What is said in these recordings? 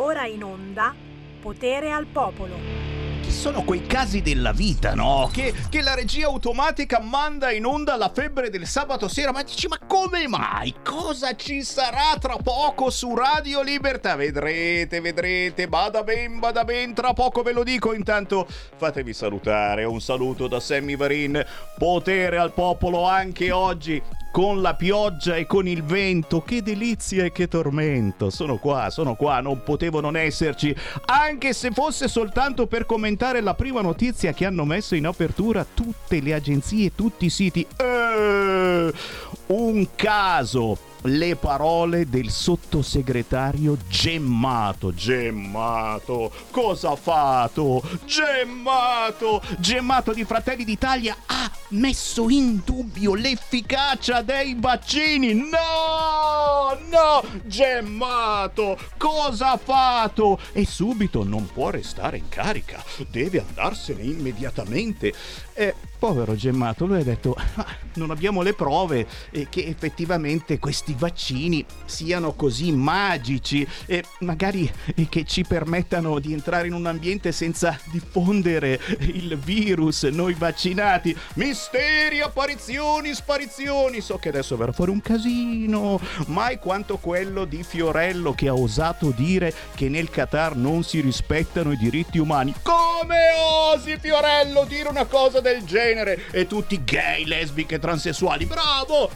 ora in onda Potere al Popolo. Sono quei casi della vita, no? Che la regia automatica manda in onda la febbre del sabato sera, ma dici, ma come mai? Cosa ci sarà tra poco su Radio Libertà? Vedrete, bada ben, tra poco ve lo dico. Intanto fatevi salutare, un saluto da Sammy Varin. Potere al popolo anche oggi, con la pioggia e con il vento. Che delizia e che tormento. Sono qua, non potevo non esserci, anche se fosse soltanto per commentare la prima notizia che hanno messo in apertura tutte le agenzie, tutti i siti. Un caso, le parole del sottosegretario Gemmato. Cosa ha fatto? Gemmato di Fratelli d'Italia ha messo in dubbio l'efficacia dei vaccini. No, Gemmato, cosa ha fatto? E subito non può restare in carica, deve andarsene immediatamente. Povero Gemmato, lui ha detto: non abbiamo le prove che effettivamente questi vaccini siano così magici e magari che ci permettano di entrare in un ambiente senza diffondere il virus, noi vaccinati. Misteri, apparizioni, sparizioni. So che adesso verrà fuori un casino, mai quanto quello di Fiorello, che ha osato dire che nel Qatar non si rispettano i diritti umani. Come osi, Fiorello, dire una cosa del genere? E tutti gay, lesbiche, transessuali. Bravo!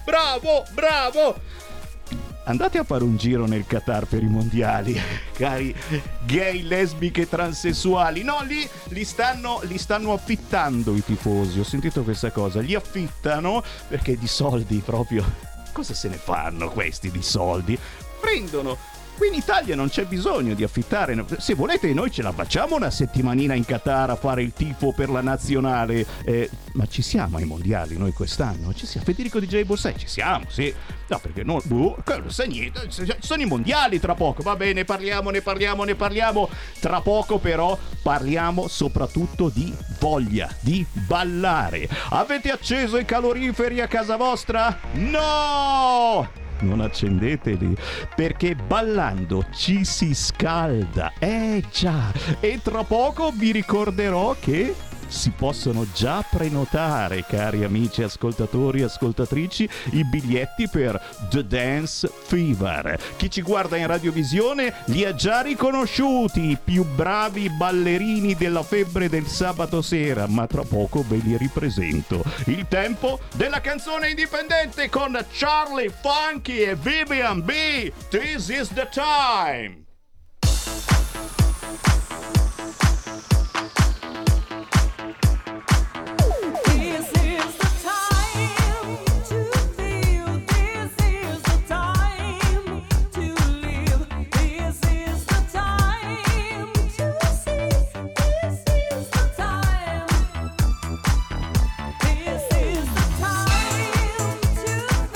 Andate a fare un giro nel Qatar per i mondiali, cari gay, lesbiche, transessuali. No, lì li stanno affittando i tifosi. Ho sentito questa cosa. Li affittano perché di soldi proprio... Cosa se ne fanno questi di soldi? Prendono... Qui in Italia non c'è bisogno di affittare. Se volete noi ce la facciamo una settimanina in Qatar a fare il tifo per la nazionale. Ma ci siamo ai mondiali noi quest'anno? Ci siamo. Federico DJ Borsai, ci siamo, sì. No, perché non sa niente. Sono i mondiali tra poco. Va bene, ne parliamo. Tra poco però parliamo soprattutto di voglia di ballare. Avete acceso i caloriferi a casa vostra? No! Non accendeteli, perché ballando ci si scalda. Già. E tra poco vi ricorderò che si possono già prenotare, cari amici ascoltatori e ascoltatrici, i biglietti per The Dance Fever. Chi ci guarda in radiovisione li ha già riconosciuti, i più bravi ballerini della febbre del sabato sera, ma tra poco ve li ripresento. Il tempo della canzone indipendente con Charlie Funky e Vivian B. This is the time.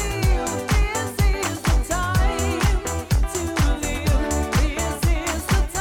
This is the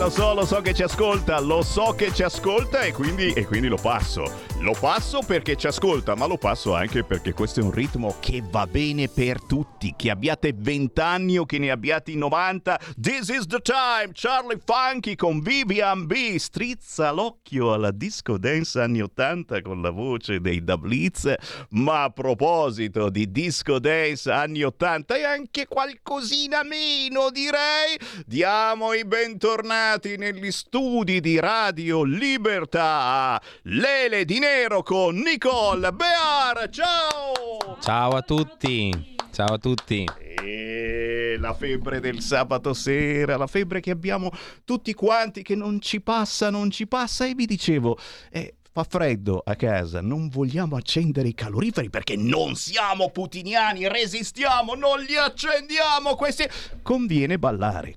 lo so che ci ascolta, e quindi lo passo. Lo passo perché ci ascolta, ma lo passo anche perché questo è un ritmo che va bene per tutti, che abbiate 20 anni o che ne abbiate 90. This is the time, Charlie Funky con Vivian B. Strizza l'occhio alla disco dance anni 80 con la voce dei Da Blitz. Ma a proposito di disco dance anni 80 e anche qualcosina meno, direi, diamo i bentornati negli studi di Radio Libertà a Lele Di Nero con Nicole Bear. Ciao! Ciao a tutti! Ciao a tutti! E la febbre del sabato sera, la febbre che abbiamo tutti quanti, che non ci passa, e vi dicevo... fa freddo a casa, non vogliamo accendere i caloriferi perché non siamo putiniani, resistiamo, non li accendiamo questi. Conviene ballare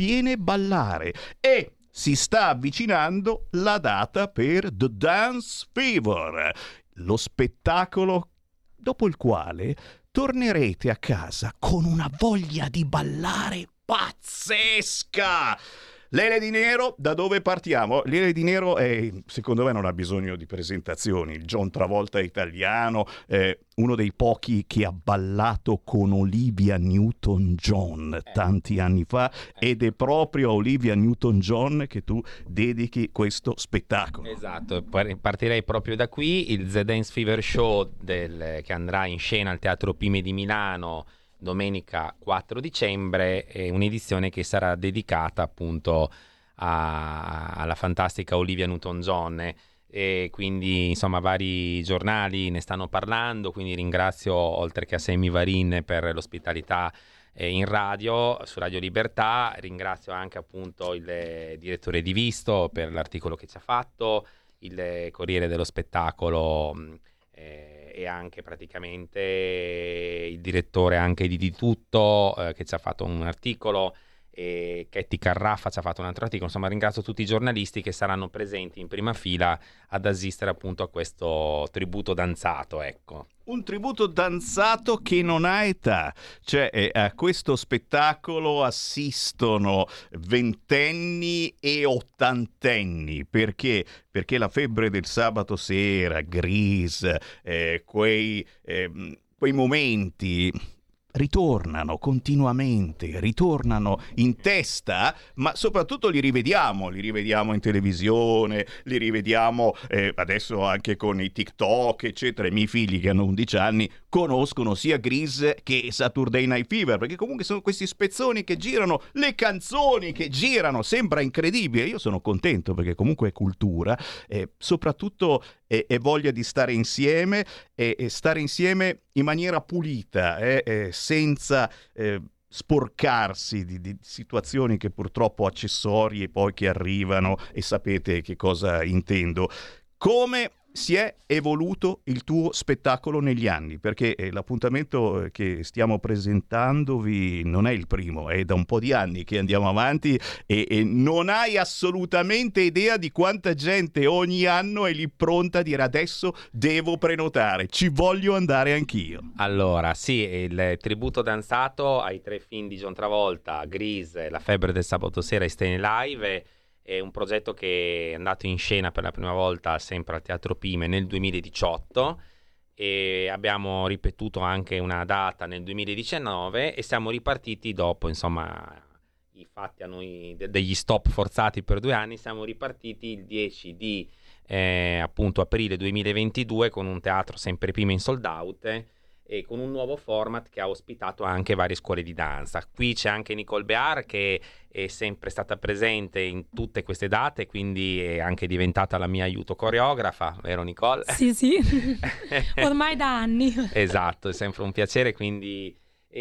e si sta avvicinando la data per The Dance Fever, lo spettacolo dopo il quale tornerete a casa con una voglia di ballare pazzesca. Lele Di Nero, da dove partiamo? Lele Di Nero secondo me non ha bisogno di presentazioni, il John Travolta italiano, uno dei pochi che ha ballato con Olivia Newton-John tanti anni fa, ed è proprio a Olivia Newton-John che tu dedichi questo spettacolo. Esatto, partirei proprio da qui, il The Dance Fever Show che andrà in scena al Teatro Pime di Milano domenica 4 dicembre, è un'edizione che sarà dedicata appunto alla fantastica Olivia Newton-John, e quindi insomma vari giornali ne stanno parlando, quindi ringrazio oltre che a Sammy Varin per l'ospitalità in radio, su Radio Libertà, ringrazio anche appunto il direttore di Visto per l'articolo che ci ha fatto, il Corriere dello Spettacolo e anche praticamente il direttore anche di Tutto che ci ha fatto un articolo, e Ketty Carraffa ci ha fatto un altro articolo. Insomma, ringrazio tutti i giornalisti che saranno presenti in prima fila ad assistere appunto a questo tributo danzato, ecco. Un tributo danzato che non ha età, cioè a questo spettacolo assistono ventenni e ottantenni, perché la febbre del sabato sera, Grease, quei momenti ritornano continuamente, ritornano in testa, ma soprattutto li rivediamo in televisione, li rivediamo adesso anche con i TikTok, eccetera. I miei figli che hanno 11 anni conoscono sia Grease che Saturday Night Fever, perché comunque sono questi spezzoni che girano, le canzoni che girano, sembra incredibile. Io sono contento perché comunque è cultura, soprattutto è voglia di stare insieme e stare insieme in maniera pulita, senza sporcarsi di situazioni che purtroppo accessorie poi che arrivano, e sapete che cosa intendo. Come si è evoluto il tuo spettacolo negli anni? Perché l'appuntamento che stiamo presentandovi non è il primo, è da un po' di anni che andiamo avanti e non hai assolutamente idea di quanta gente ogni anno è lì pronta a dire adesso devo prenotare, ci voglio andare anch'io. Allora, sì, il tributo danzato ai 3 film di John Travolta, Grease, La febbre del sabato sera e Stay Live, è un progetto che è andato in scena per la prima volta sempre al Teatro Pime nel 2018, e abbiamo ripetuto anche una data nel 2019 e siamo ripartiti dopo, insomma, i fatti a noi degli stop forzati per 2 anni. Siamo ripartiti il 10 di appunto aprile 2022 con un teatro sempre Pime in sold out e con un nuovo format che ha ospitato anche varie scuole di danza. Qui c'è anche Nicole Bear, che è sempre stata presente in tutte queste date, quindi è anche diventata la mia aiuto coreografa, vero Nicole? Sì, ormai da anni. Esatto, è sempre un piacere, quindi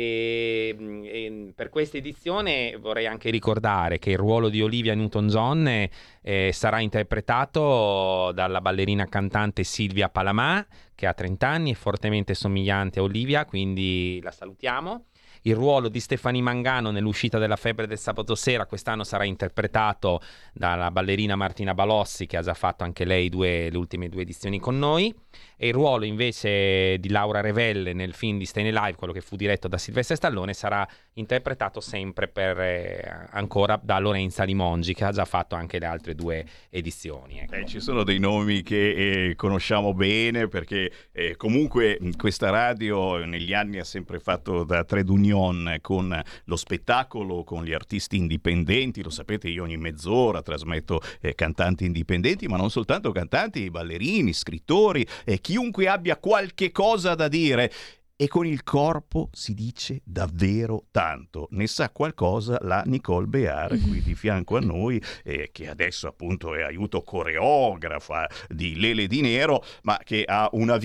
e per questa edizione vorrei anche ricordare che il ruolo di Olivia Newton-John sarà interpretato dalla ballerina cantante Silvia Palamà, che ha 30 anni, è fortemente somigliante a Olivia, quindi la salutiamo. Il ruolo di Stefani Mangano nell'uscita della Febbre del sabato sera quest'anno sarà interpretato dalla ballerina Martina Balossi, che ha già fatto anche lei le ultime 2 edizioni con noi. E il ruolo invece di Laura Revelle nel film di Staying Alive, quello che fu diretto da Silvestre Stallone, sarà interpretato sempre ancora da Lorenza Limongi, che ha già fatto anche le altre 2 edizioni. Ecco. Ci sono dei nomi che conosciamo bene, perché comunque questa radio negli anni ha sempre fatto da trade union con lo spettacolo, con gli artisti indipendenti. Lo sapete, io ogni mezz'ora trasmetto cantanti indipendenti, ma non soltanto cantanti, ballerini, scrittori, chiunque abbia qualche cosa da dire. E con il corpo si dice davvero tanto. Ne sa qualcosa la Nicole Bear, qui di fianco a noi, che adesso appunto è aiuto coreografa di Lele Di Nero, ma che ha una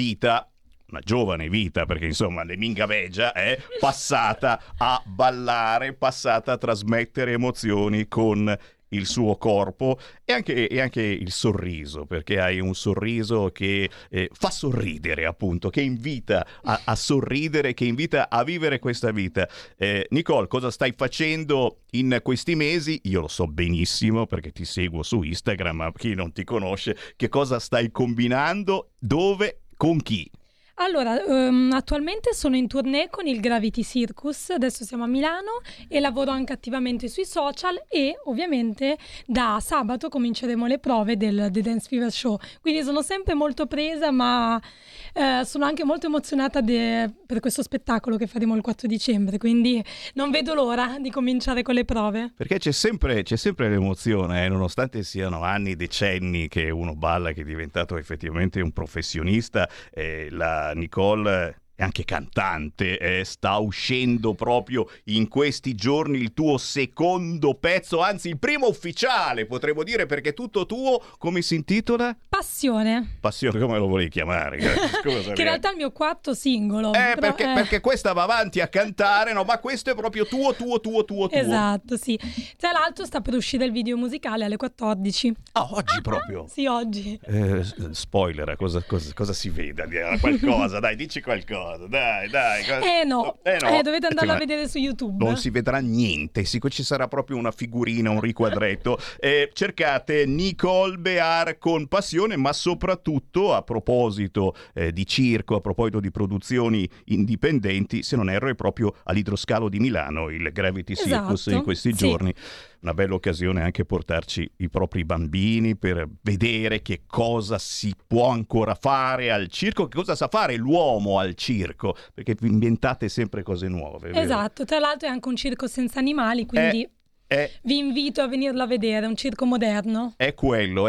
giovane vita, perché insomma l'Emingavegia è passata a ballare, passata a trasmettere emozioni con il suo corpo e anche il sorriso, perché hai un sorriso che fa sorridere, appunto, che invita a sorridere, che invita a vivere questa vita. Nicole, cosa stai facendo in questi mesi? Io lo so benissimo perché ti seguo su Instagram, ma chi non ti conosce, che cosa stai combinando, dove, con chi? Allora, attualmente sono in tournée con il Gravity Circus, adesso siamo a Milano e lavoro anche attivamente sui social, e ovviamente da sabato cominceremo le prove del The Dance Fever Show, quindi sono sempre molto presa, ma sono anche molto emozionata per questo spettacolo che faremo il 4 dicembre, quindi non vedo l'ora di cominciare con le prove. Perché c'è sempre l'emozione, nonostante siano anni, decenni che uno balla, che è diventato effettivamente un professionista. La Nicole è anche cantante, sta uscendo proprio in questi giorni il tuo secondo pezzo, anzi il primo ufficiale, potremmo dire, perché è tutto tuo. Come si intitola? Passione, come lo volevi chiamare? che in realtà è il mio quarto singolo. Perché questa va avanti a cantare, no? Ma questo è proprio tuo. Esatto, sì. Tra l'altro sta per uscire il video musicale alle 14. Oggi proprio? Sì, oggi. Spoiler, cosa si veda? Qualcosa, dai, dici qualcosa. Dai. No. Dovete andarlo a vedere su YouTube. Non si vedrà niente, ci sarà proprio una figurina, un riquadretto. Cercate Nicole Bear con Passione, ma soprattutto, a proposito di circo, a proposito di produzioni indipendenti, se non erro è proprio all'Idroscalo di Milano il Gravity Circus, esatto, in questi giorni. Una bella occasione anche portarci i propri bambini per vedere che cosa si può ancora fare al circo, che cosa sa fare l'uomo al circo, perché vi inventate sempre cose nuove. Esatto, tra l'altro è anche un circo senza animali, quindi vi invito a venirlo a vedere, è un circo moderno. È quello.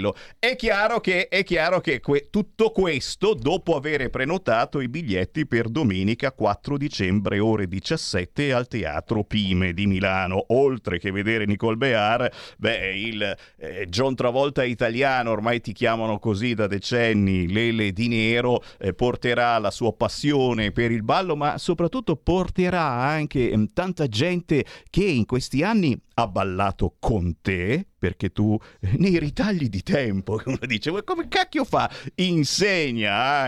È chiaro che tutto questo dopo avere prenotato i biglietti per domenica 4 dicembre ore 17 al Teatro Pime di Milano. Oltre che vedere Nicole Bear, il John Travolta italiano, ormai ti chiamano così da decenni, Lele Di Nero, porterà la sua passione per il ballo, ma soprattutto porterà anche tanta gente che in questi anni ha ballato con te, perché tu nei ritagli di tempo, uno dice, ma come cacchio fa? Insegni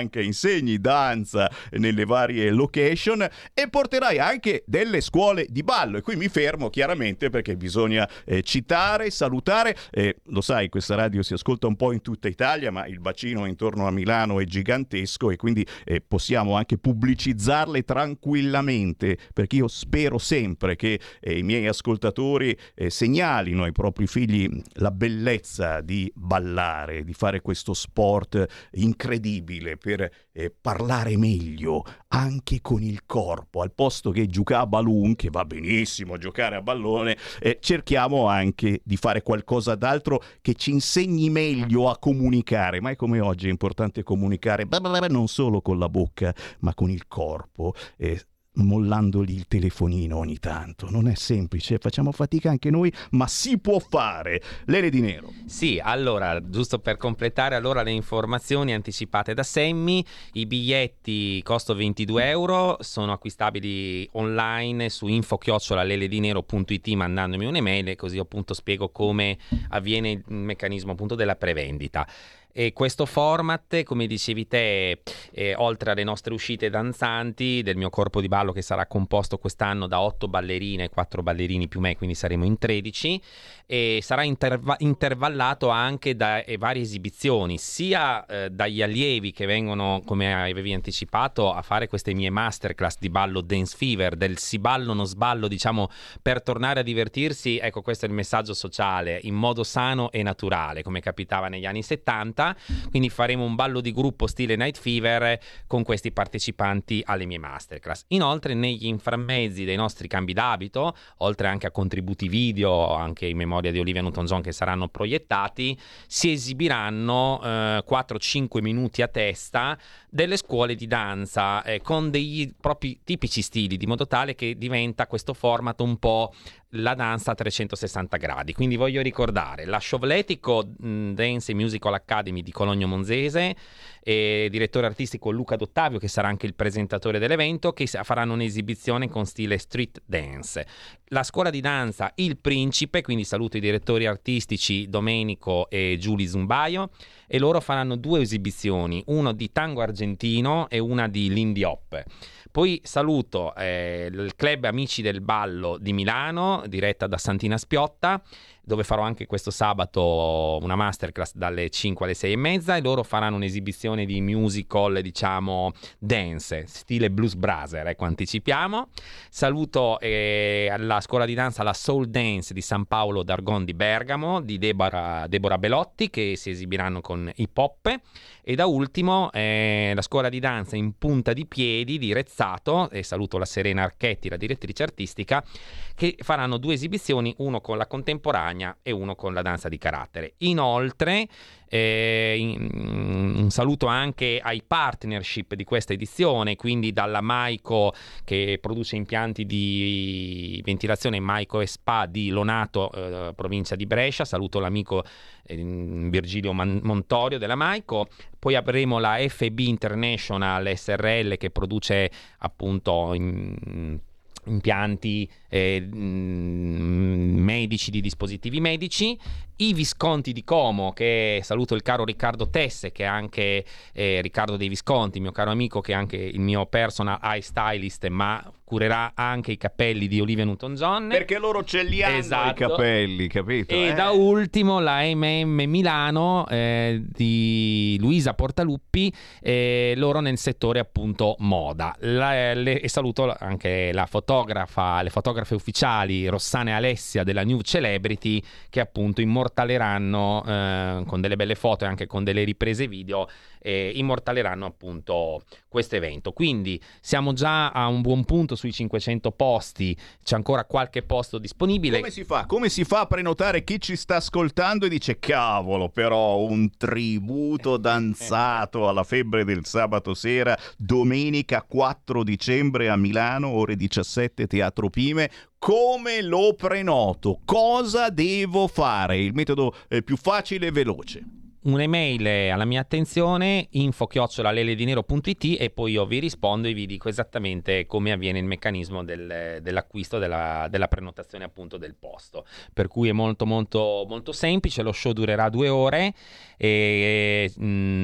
danza nelle varie location, e porterai anche delle scuole di ballo. E qui mi fermo chiaramente perché bisogna citare, salutare, lo sai, questa radio si ascolta un po' in tutta Italia, ma il bacino intorno a Milano è gigantesco e quindi possiamo anche pubblicizzarle tranquillamente, perché io spero sempre che i miei ascoltatori segnalino ai propri figli la bellezza di ballare, di fare questo sport incredibile per parlare meglio anche con il corpo, al posto che giocare a balloon, che va benissimo giocare a ballone, cerchiamo anche di fare qualcosa d'altro che ci insegni meglio a comunicare. Mai come oggi è importante comunicare non solo con la bocca ma con il corpo, mollandogli il telefonino ogni tanto. Non è semplice, facciamo fatica anche noi, ma si può fare. Lele Di Nero. Sì, allora, giusto per completare le informazioni anticipate da Sammy, i biglietti costo 22 euro, sono acquistabili online su info@leledinero.it mandandomi un'email, così appunto spiego come avviene il meccanismo appunto della prevendita. E questo format, come dicevi te, oltre alle nostre uscite danzanti del mio corpo di ballo, che sarà composto quest'anno da 8 ballerine e 4 ballerini più me, quindi saremo in 13, e sarà intervallato anche da varie esibizioni, sia dagli allievi che vengono, come avevi anticipato, a fare queste mie masterclass di ballo Dance Fever, del si ballo non sballo, diciamo, per tornare a divertirsi. Ecco, questo è il messaggio sociale, in modo sano e naturale, come capitava negli anni 70. Quindi faremo un ballo di gruppo stile Night Fever con questi partecipanti alle mie masterclass. Inoltre, negli inframmezzi dei nostri cambi d'abito, oltre anche a contributi video, anche in memoria di Olivia Newton-John, che saranno proiettati, si esibiranno 4-5 minuti a testa delle scuole di danza con dei propri tipici stili, di modo tale che diventa questo format un po' la danza a 360 gradi. Quindi voglio ricordare la Sciovletico Dance Musical Academy di Cologno Monzese, e direttore artistico Luca D'Ottavio, che sarà anche il presentatore dell'evento, che faranno un'esibizione con stile street dance. La scuola di danza Il Principe, quindi saluto i direttori artistici Domenico e Giulia Zumbaio, e loro faranno 2 esibizioni, uno di tango argentino e una di Lindy Hop. Poi saluto il Club Amici del Ballo di Milano, diretta da Santina Spiotta, dove farò anche questo sabato una masterclass dalle 5 alle 6:30, e loro faranno un'esibizione di musical, diciamo, dance, stile Blues Brother, ecco, anticipiamo. Saluto alla scuola di danza la Soul Dance di San Paolo d'Argon di Bergamo, di Deborah Belotti, che si esibiranno con Hip Hop. E da ultimo la scuola di danza in punta di piedi di Rezzato, e saluto la Serena Archetti, la direttrice artistica, che faranno 2 esibizioni, uno con la contemporanea e uno con la danza di carattere. Inoltre un saluto anche ai partnership di questa edizione, quindi dalla Maico, che produce impianti di ventilazione, Maico e Spa di Lonato, provincia di Brescia. Saluto l'amico Virgilio Montorio della Maico. Poi avremo la FB International SRL, che produce appunto impianti medici, di dispositivi medici. I Visconti di Como, che saluto il caro Riccardo Tesse, che è anche Riccardo dei Visconti, mio caro amico, che è anche il mio personal eye stylist, ma curerà anche i capelli di Olivia Newton-John, perché loro ce li hanno, esatto, i capelli, capito? E da ultimo la MM Milano di Luisa Portaluppi, loro nel settore appunto moda. E saluto anche le fotografe ufficiali Rossana e Alessia della New Celebrity, che appunto immortaleranno con delle belle foto e anche con delle riprese video, immortaleranno appunto questo evento. Quindi siamo già a un buon punto sui 500 posti, c'è ancora qualche posto disponibile. Come si fa a prenotare? Chi ci sta ascoltando e dice cavolo, però un tributo danzato alla febbre del sabato sera, domenica 4 dicembre a Milano, ore 17, Teatro Pime. Come lo prenoto? Cosa devo fare? Il metodo più facile e veloce. Un'email alla mia attenzione, info@leledinero.it, e poi io vi rispondo e vi dico esattamente come avviene il meccanismo dell'acquisto, della prenotazione appunto del posto. Per cui è molto molto molto semplice. Lo show durerà 2 ore e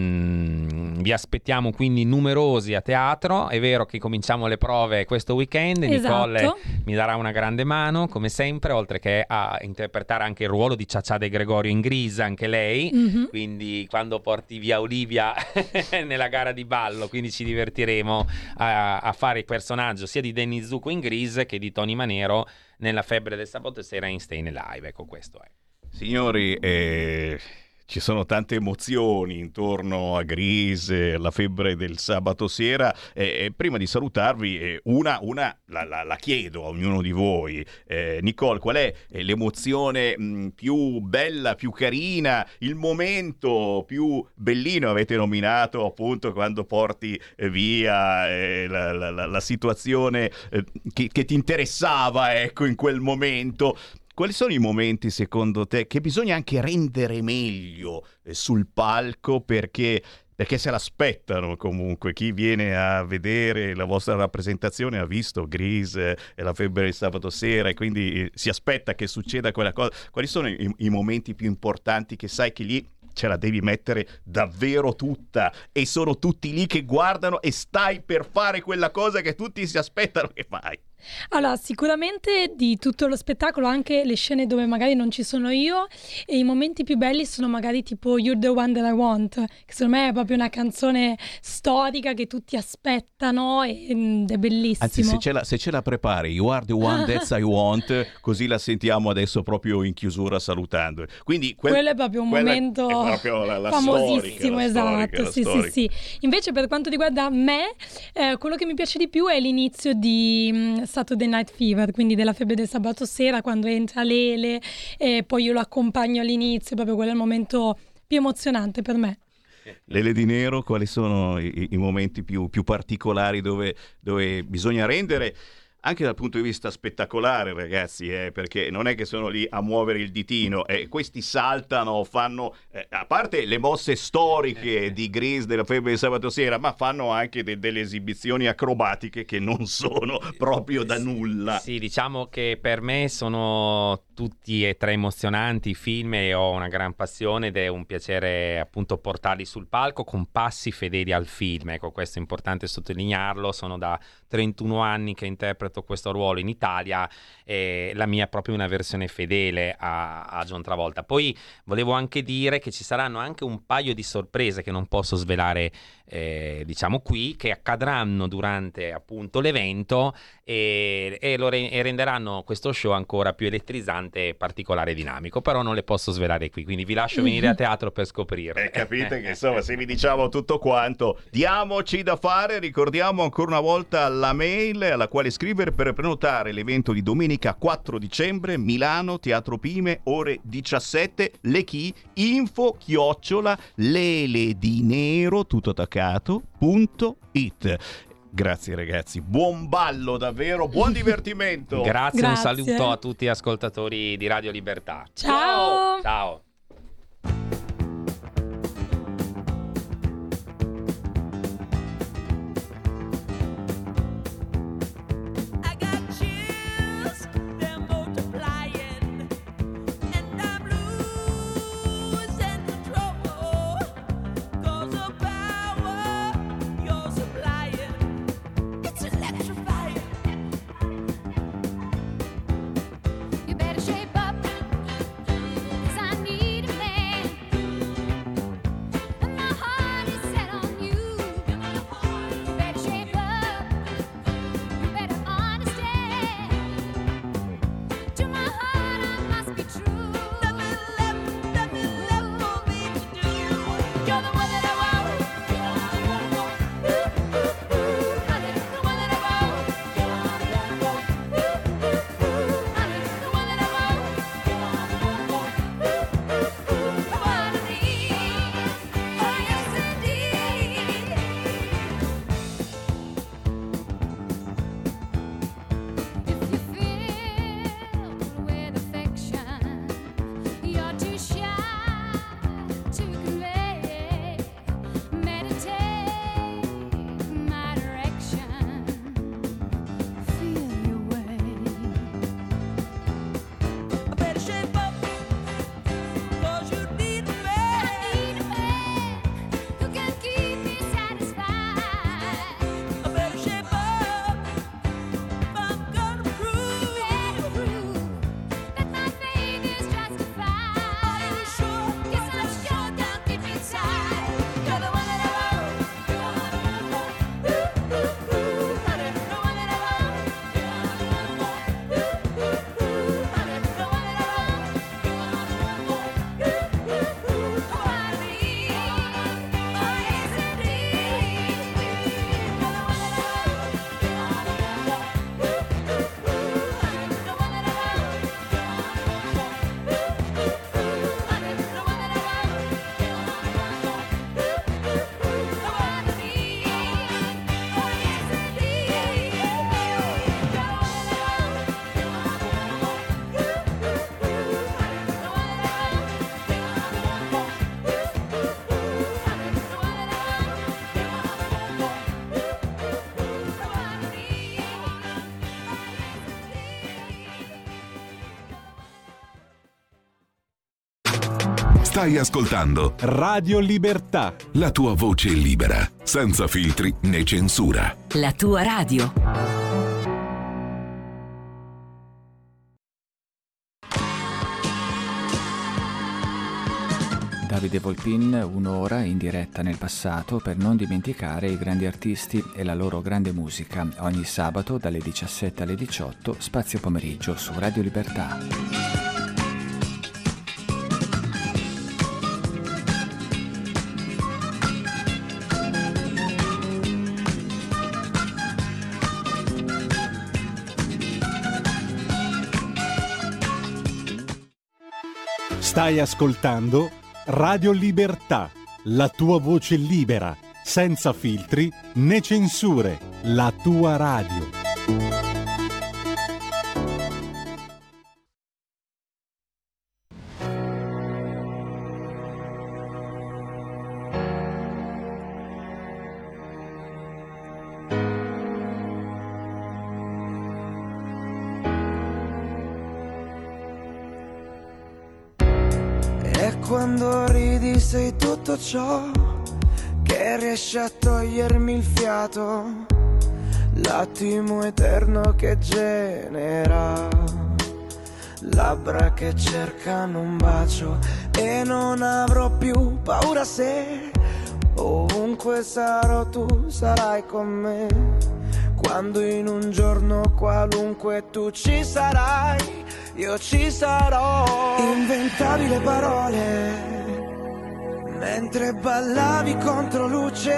vi aspettiamo quindi numerosi a teatro. È vero che cominciamo le prove questo weekend, esatto. Nicole mi darà una grande mano come sempre, oltre che a interpretare anche il ruolo di Ciaccia De Gregorio in Grease, anche lei. Quindi quando porti via Olivia nella gara di ballo, quindi ci divertiremo a fare il personaggio sia di Danny Zuko in Grease che di Tony Manero nella febbre del sabato sera in Staying Alive. Ecco, questo è. Signori, ci sono tante emozioni intorno a Grease, alla febbre del sabato sera. Prima di salutarvi, una la chiedo a ognuno di voi. Nicole, qual è l'emozione più bella, più carina, il momento più bellino? Avete nominato appunto quando porti via la situazione che ti interessava, ecco, in quel momento. Quali sono i momenti, secondo te, che bisogna anche rendere meglio sul palco, perché se l'aspettano comunque? Chi viene a vedere la vostra rappresentazione ha visto Grease e la febbre del sabato sera, e quindi si aspetta che succeda quella cosa. Quali sono i momenti più importanti che sai che lì ce la devi mettere davvero tutta e sono tutti lì che guardano e stai per fare quella cosa che tutti si aspettano che fai. Allora, sicuramente di tutto lo spettacolo, anche le scene dove magari non ci sono io, e i momenti più belli sono magari tipo You're the One That I Want, che secondo me è proprio una canzone storica che tutti aspettano ed è bellissimo. Anzi, se ce la prepari, You Are the One That I Want, così la sentiamo adesso proprio in chiusura salutando. Quindi quello è proprio un momento è proprio la famosissimo, storica, esatto. Sì. Invece per quanto riguarda me, quello che mi piace di più è l'inizio di Saturday Night Fever, quindi della febbre del sabato sera, quando entra Lele e poi io lo accompagno all'inizio, proprio quello è il momento più emozionante per me. Lele Di Nero, quali sono i momenti più particolari dove bisogna rendere, anche dal punto di vista spettacolare, ragazzi, perché non è che sono lì a muovere il ditino, questi saltano, fanno, a parte le mosse storiche di Grease della febbre del sabato sera, ma fanno anche delle esibizioni acrobatiche che non sono proprio da nulla. Sì, diciamo che per me sono tutti e tre emozionanti i film e ho una gran passione ed è un piacere appunto portarli sul palco con passi fedeli al film. Ecco, questo è importante sottolinearlo. Sono da 31 anni che interpreto questo ruolo in Italia e la mia è proprio una versione fedele a John Travolta. Poi volevo anche dire che ci saranno anche un paio di sorprese che non posso svelare diciamo qui, che accadranno durante appunto l'evento e renderanno questo show ancora più elettrizzante e particolare e dinamico, però non le posso svelare qui, quindi vi lascio venire a teatro per scoprirle. Capite che insomma, se vi diciamo tutto quanto, diamoci da fare. Ricordiamo ancora una volta la mail alla quale scrivere per prenotare l'evento di domenica 4 dicembre, Milano, Teatro Pime, ore 17, le chi, info@leledinero, tutto attaccato.it. Grazie ragazzi, buon ballo davvero, buon divertimento. Grazie, un saluto a tutti gli ascoltatori di Radio Libertà. Ciao. Ciao. You better shape up, 'cause I need Stai ascoltando Radio Libertà. la tua voce libera, senza filtri né censura. La tua radio. Davide Volpin, un'ora in diretta nel passato per non dimenticare i grandi artisti e la loro grande musica. Ogni sabato dalle 17 alle 18, spazio pomeriggio su Radio Libertà. Stai ascoltando Radio Libertà, la tua voce libera, senza filtri né censure, la tua radio. Quando ridi sei tutto ciò che riesce a togliermi il fiato, l'attimo eterno che genera labbra che cercano un bacio, e non avrò più paura se ovunque sarò tu sarai con me. Quando in un giorno qualunque tu ci sarai, io ci sarò. Inventavi le parole mentre ballavi contro luce,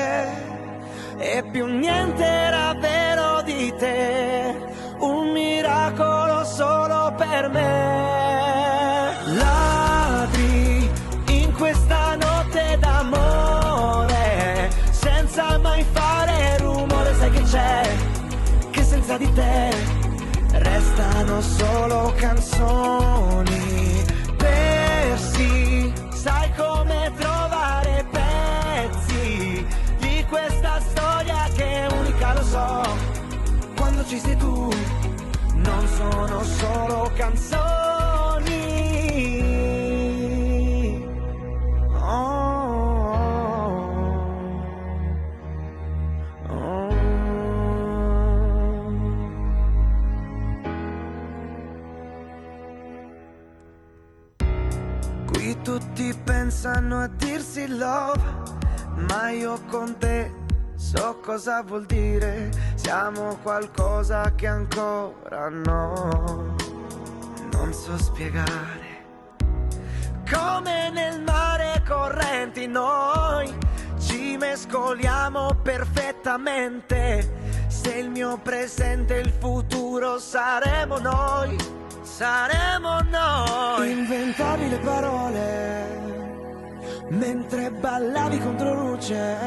e più niente era vero di te, un miracolo solo per me. Ladri in questa notte d'amore, senza mai fare rumore, sai che c'è, che senza di te restano solo canzoni persi. Sai come trovare pezzi di questa storia che è unica, lo so. Quando ci sei tu, non sono solo canzoni. Tutti pensano a dirsi love, ma io con te so cosa vuol dire. Siamo qualcosa che ancora no, non so spiegare. Come nel mare correnti noi ci mescoliamo perfettamente. Se il mio presente e il futuro saremo noi, saremo noi. Inventavi le parole mentre ballavi contro luce,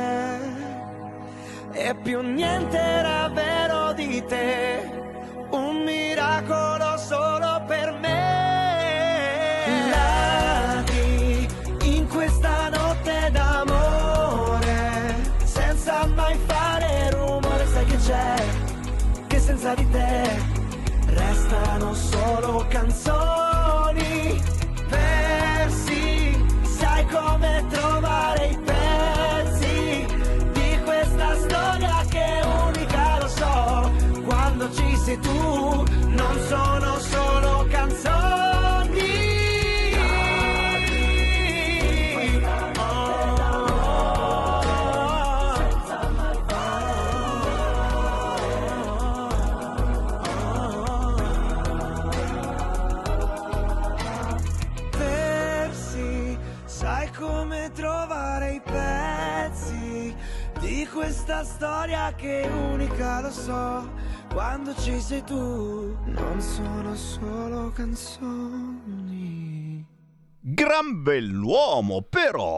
e più niente era vero di te, un miracolo solo per me. Ladri in questa notte d'amore, senza mai fare rumore, sai che c'è, che senza di te restano solo canzoni persi. Sai come trovare i pezzi di questa storia che è unica, lo so. Quando ci sei tu, non sono solo canzoni. Trovare i pezzi di questa storia che è unica, lo so. Quando ci sei tu, non sono solo canzoni. Gran bell'uomo, però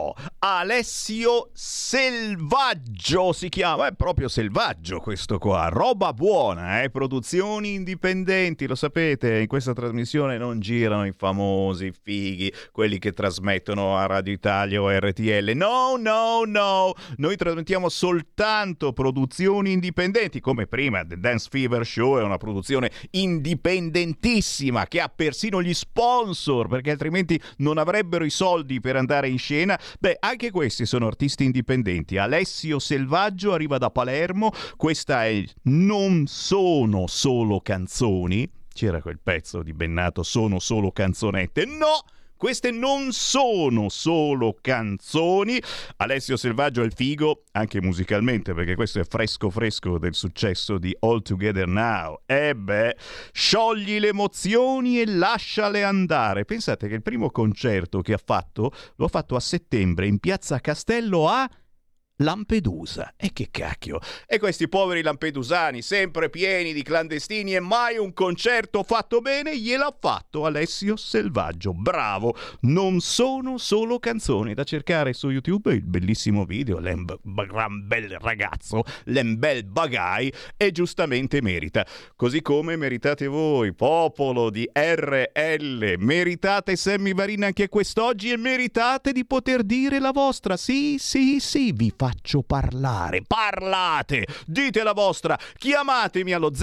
Alessio Selvaggio si chiama, è proprio selvaggio questo qua, roba buona, produzioni indipendenti, lo sapete, in questa trasmissione non girano i famosi, i fighi, quelli che trasmettono a Radio Italia o RTL, no, noi trasmettiamo soltanto produzioni indipendenti, come prima The Dance Fever Show è una produzione indipendentissima che ha persino gli sponsor, perché altrimenti non avrebbero i soldi per andare in scena. Beh, anche questi sono artisti indipendenti. Alessio Selvaggio arriva da Palermo, questa è Non sono solo canzoni, c'era quel pezzo di Bennato, sono solo canzonette, no! Queste non sono solo canzoni. Alessio Selvaggio è il figo, anche musicalmente, perché questo è fresco del successo di All Together Now. Sciogli le emozioni e lasciale andare. Pensate che il primo concerto che ha fatto, l'ho fatto a settembre in Piazza Castello a Lampedusa. E che cacchio! E questi poveri lampedusani, sempre pieni di clandestini, e mai un concerto fatto bene, gliel'ha fatto Alessio Selvaggio. Bravo! Non sono solo canzoni, da cercare su YouTube il bellissimo video, gran bel ragazzo, l'embel bagai, e giustamente merita. Così come meritate voi, popolo di RL, meritate Sammy Varin anche quest'oggi, e meritate di poter dire la vostra. Sì, vi faccio parlare. Parlate, dite la vostra, chiamatemi allo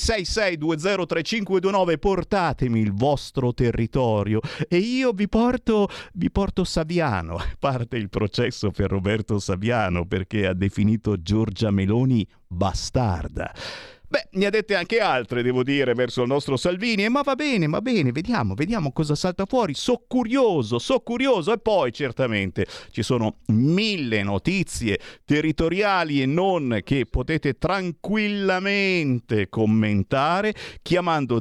0266203529, portatemi il vostro territorio e io vi porto Saviano. Parte il processo per Roberto Saviano perché ha definito Giorgia Meloni bastarda. Beh, ne ha dette anche altre, devo dire, verso il nostro Salvini, ma va bene, vediamo cosa salta fuori. So curioso, e poi certamente ci sono 1000 notizie territoriali e non che potete tranquillamente commentare chiamando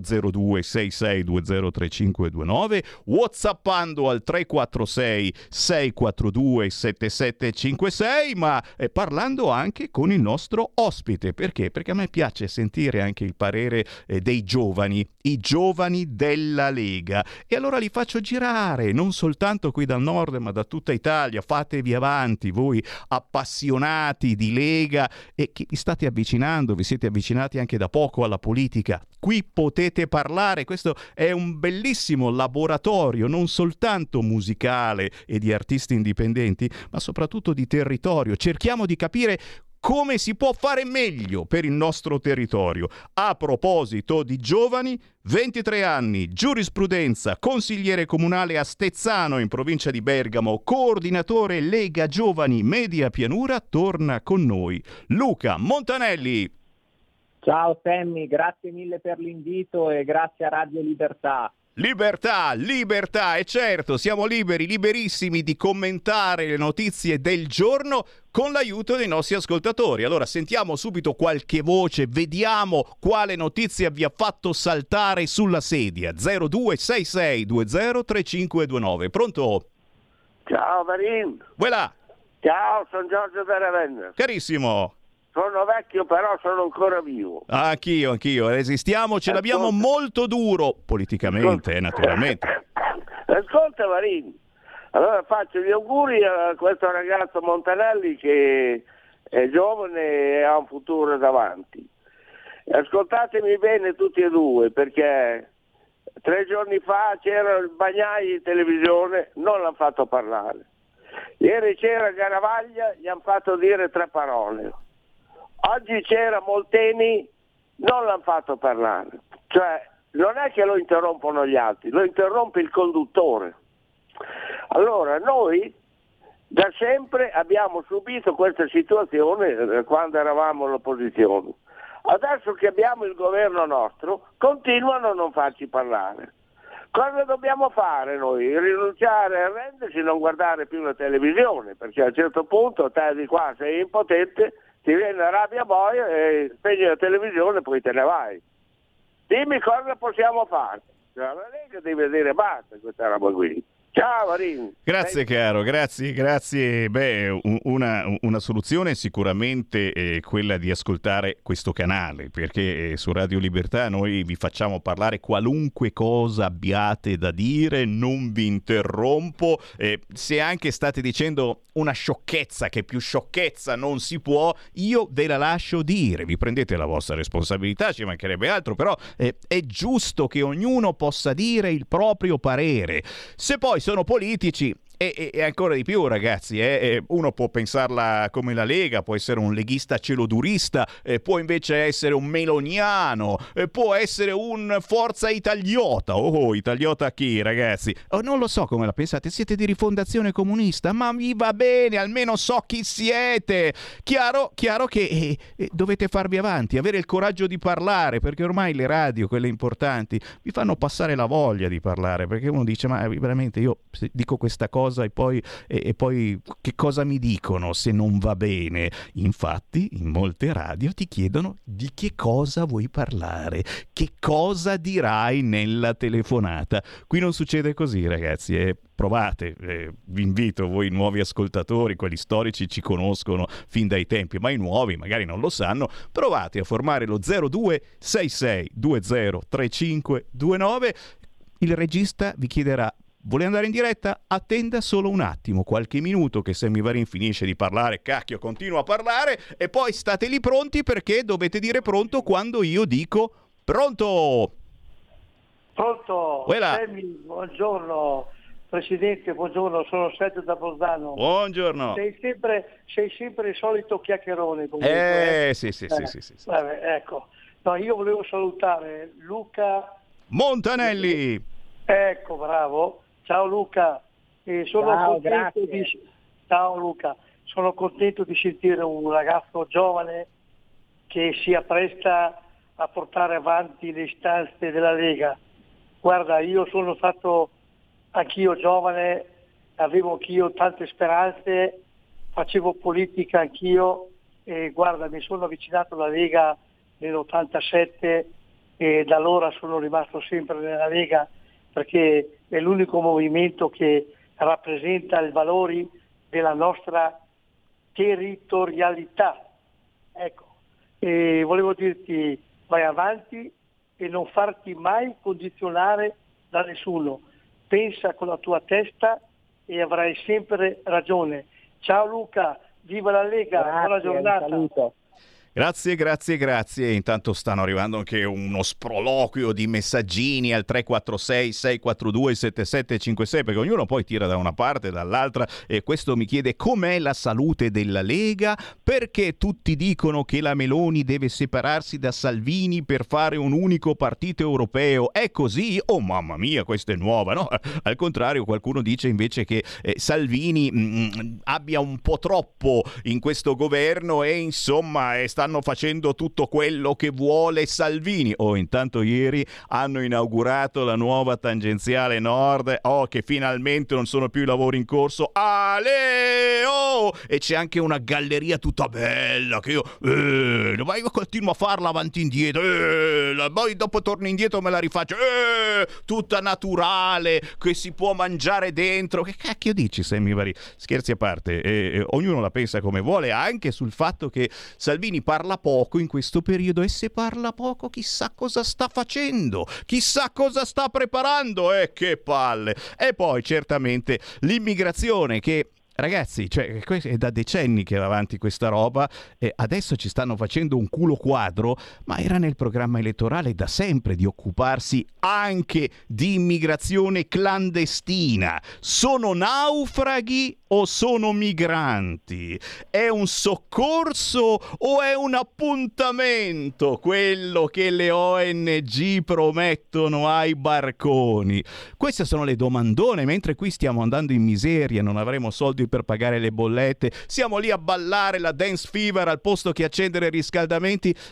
0266203529, whatsappando al 346 642 7756, ma parlando anche con il nostro ospite. Perché? Perché a me piace sentire anche il parere dei giovani, i giovani della Lega, e allora li faccio girare non soltanto qui dal nord ma da tutta Italia. Fatevi avanti voi appassionati di Lega e che vi state avvicinando, vi siete avvicinati anche da poco alla politica. Qui potete parlare, questo è un bellissimo laboratorio non soltanto musicale e di artisti indipendenti ma soprattutto di territorio. Cerchiamo di capire come si può fare meglio per il nostro territorio. A proposito di giovani, 23 anni, giurisprudenza, consigliere comunale a Stezzano in provincia di Bergamo, coordinatore Lega Giovani Media Pianura, torna con noi Luca Montanelli. Ciao Sammy, grazie mille per l'invito e grazie a Radio Libertà. Libertà, e certo, siamo liberissimi di commentare le notizie del giorno con l'aiuto dei nostri ascoltatori. Allora sentiamo subito qualche voce, vediamo quale notizia vi ha fatto saltare sulla sedia. 0266203529. Pronto? Ciao Marin. Voilà. Ciao, sono Giorgio da Ravenna. Carissimo. Sono vecchio, però sono ancora vivo. Anch'io. Resistiamo, ce l'abbiamo molto duro, politicamente, naturalmente. Ascolta Marin, allora faccio gli auguri a questo ragazzo Montanelli che è giovane e ha un futuro davanti. Ascoltatemi bene tutti e due, perché 3 giorni fa c'era il Bagnai in televisione, non l'hanno fatto parlare. Ieri c'era Garavaglia, gli hanno fatto dire 3 parole. Oggi c'era Molteni, non l'hanno fatto parlare. Cioè, non è che lo interrompono gli altri, lo interrompe il conduttore. Allora, noi da sempre abbiamo subito questa situazione quando eravamo all'opposizione. Adesso che abbiamo il governo nostro, continuano a non farci parlare. Cosa dobbiamo fare noi? Rinunciare, arrenderci, non guardare più la televisione, perché a un certo punto te di qua sei impotente, ti viene la rabbia boia e spegni la televisione e poi te ne vai. Dimmi cosa possiamo fare. La Lega deve dire basta questa roba qui. Ciao Marin. Grazie caro, grazie. Beh, una soluzione è sicuramente quella di ascoltare questo canale, perché su Radio Libertà noi vi facciamo parlare qualunque cosa abbiate da dire, non vi interrompo. Se anche state dicendo una sciocchezza, che più sciocchezza non si può, io ve la lascio dire, vi prendete la vostra responsabilità, ci mancherebbe altro, però è giusto che ognuno possa dire il proprio parere. Se poi sono politici e ancora di più, ragazzi, uno può pensarla come la Lega, può essere un leghista celodurista, può invece essere un meloniano, può essere un Forza Italiota. Oh, Italiota a chi, ragazzi? Non lo so come la pensate, siete di Rifondazione Comunista, ma mi va bene, almeno so chi siete. Chiaro che dovete farvi avanti, avere il coraggio di parlare, perché ormai le radio, quelle importanti, vi fanno passare la voglia di parlare, perché uno dice, ma veramente io dico questa cosa e poi che cosa mi dicono se non va bene? Infatti in molte radio ti chiedono di che cosa vuoi parlare, che cosa dirai nella telefonata. Qui non succede così, ragazzi, provate, vi invito, voi nuovi ascoltatori, quelli storici ci conoscono fin dai tempi, ma i nuovi magari non lo sanno, provate a formare lo 0266203529. Il regista vi chiederà: vuole andare in diretta? Attenda solo un attimo, qualche minuto, che Sammy Varin finisce di parlare, cacchio, continua a parlare, e poi state lì pronti, perché dovete dire pronto quando io dico pronto. Pronto? Sammy, buongiorno. Presidente, buongiorno, sono Sergio da Bolzano. Buongiorno. Sei sempre il solito chiacchierone comunque. Sì. Vabbè, ecco. No, io volevo salutare Luca Montanelli. Ecco, bravo. Ciao Luca, Ciao Luca, sono contento di sentire un ragazzo giovane che si appresta a portare avanti le istanze della Lega. Guarda, io sono stato anch'io giovane, avevo anch'io tante speranze, facevo politica anch'io e guarda, mi sono avvicinato alla Lega nell'87 e da allora sono rimasto sempre nella Lega, perché è l'unico movimento che rappresenta i valori della nostra territorialità. Ecco, e volevo dirti, vai avanti e non farti mai condizionare da nessuno. Pensa con la tua testa e avrai sempre ragione. Ciao Luca, viva la Lega, buona giornata. Un saluto. Grazie. Intanto stanno arrivando anche uno sproloquio di messaggini al 346-642-7756, perché ognuno poi tira da una parte e dall'altra, e questo mi chiede: com'è la salute della Lega? Perché tutti dicono che la Meloni deve separarsi da Salvini per fare un unico partito europeo? È così? Oh mamma mia, questa è nuova, no? Al contrario, qualcuno dice invece che Salvini abbia un po' troppo in questo governo e insomma stanno facendo tutto quello che vuole Salvini. Intanto ieri hanno inaugurato la nuova tangenziale nord, che finalmente non sono più i lavori in corso. E c'è anche una galleria tutta bella che io continuo a farla avanti e indietro, poi dopo torno indietro me la rifaccio, tutta naturale, che si può mangiare dentro. Che cacchio dici, Sammy Varin? Scherzi a parte, ognuno la pensa come vuole, anche sul fatto che Salvini parla poco in questo periodo, e se parla poco chissà cosa sta facendo, chissà cosa sta preparando, che palle. E poi certamente l'immigrazione, che ragazzi, è da decenni che va avanti questa roba, e adesso ci stanno facendo un culo quadro, ma era nel programma elettorale da sempre di occuparsi anche di immigrazione clandestina. Sono naufraghi o sono migranti? È un soccorso o è un appuntamento quello che le ONG promettono ai barconi? Queste sono le domandone, mentre qui stiamo andando in miseria, non avremo soldi per pagare le bollette, siamo lì a ballare la dance fever al posto che accendere i riscaldamenti.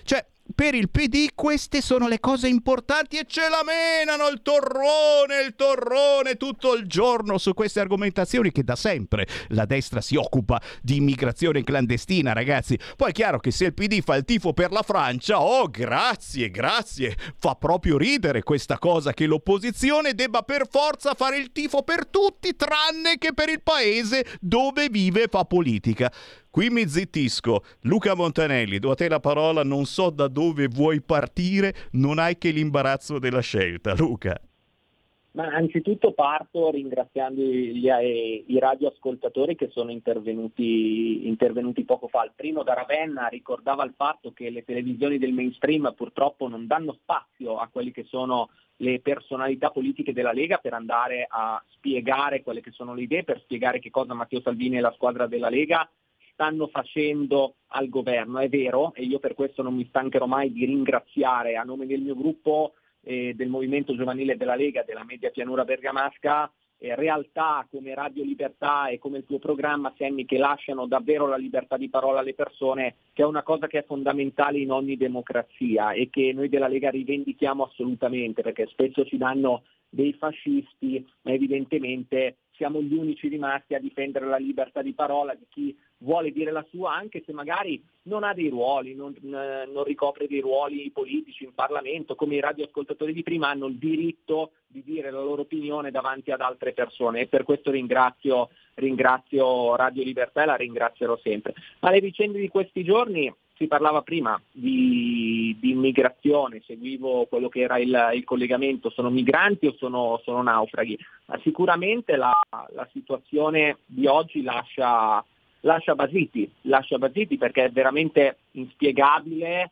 per il PD queste sono le cose importanti e ce la menano il torrone tutto il giorno su queste argomentazioni, che da sempre la destra si occupa di immigrazione clandestina, ragazzi. Poi è chiaro che se il PD fa il tifo per la Francia, oh grazie, fa proprio ridere questa cosa che l'opposizione debba per forza fare il tifo per tutti tranne che per il paese dove vive e fa politica. Qui mi zittisco. Luca Montanelli, do a te la parola, non so da dove vuoi partire, non hai che l'imbarazzo della scelta. Luca. Ma anzitutto parto ringraziando i radioascoltatori che sono intervenuti poco fa. Il primo da Ravenna ricordava il fatto che le televisioni del mainstream purtroppo non danno spazio a quelli che sono le personalità politiche della Lega per andare a spiegare quelle che sono le idee, per spiegare che cosa Matteo Salvini e la squadra della Lega stanno facendo al governo. È vero, e io per questo non mi stancherò mai di ringraziare a nome del mio gruppo del Movimento Giovanile della Lega, della Media Pianura Bergamasca, realtà come Radio Libertà e come il tuo programma, Sammy, che lasciano davvero la libertà di parola alle persone, che è una cosa che è fondamentale in ogni democrazia e che noi della Lega rivendichiamo assolutamente, perché spesso ci danno dei fascisti, ma evidentemente siamo gli unici rimasti a difendere la libertà di parola di chi vuole dire la sua, anche se magari non ha dei ruoli, non ricopre dei ruoli politici in Parlamento, come i radioascoltatori di prima hanno il diritto di dire la loro opinione davanti ad altre persone, e per questo ringrazio Radio Libertà e la ringrazierò sempre. Ma le vicende di questi giorni, si parlava prima di immigrazione, seguivo quello che era il collegamento, sono migranti o sono naufraghi? Ma sicuramente la situazione di oggi lascia basiti perché è veramente inspiegabile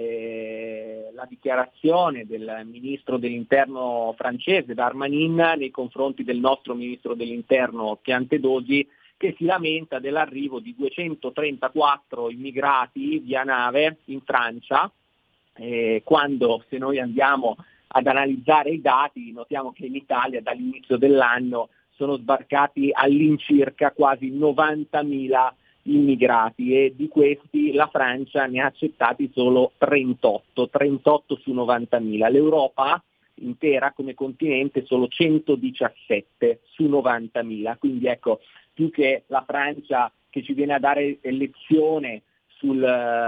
la dichiarazione del ministro dell'interno francese Darmanin nei confronti del nostro ministro dell'interno Piantedosi, che si lamenta dell'arrivo di 234 immigrati via nave in Francia, quando, se noi andiamo ad analizzare i dati, notiamo che in Italia dall'inizio dell'anno sono sbarcati all'incirca quasi 90.000 immigrati, e di questi la Francia ne ha accettati solo 38 su 90.000. L'Europa intera come continente solo 117 su 90.000, quindi ecco, più che la Francia che ci viene a dare lezione sul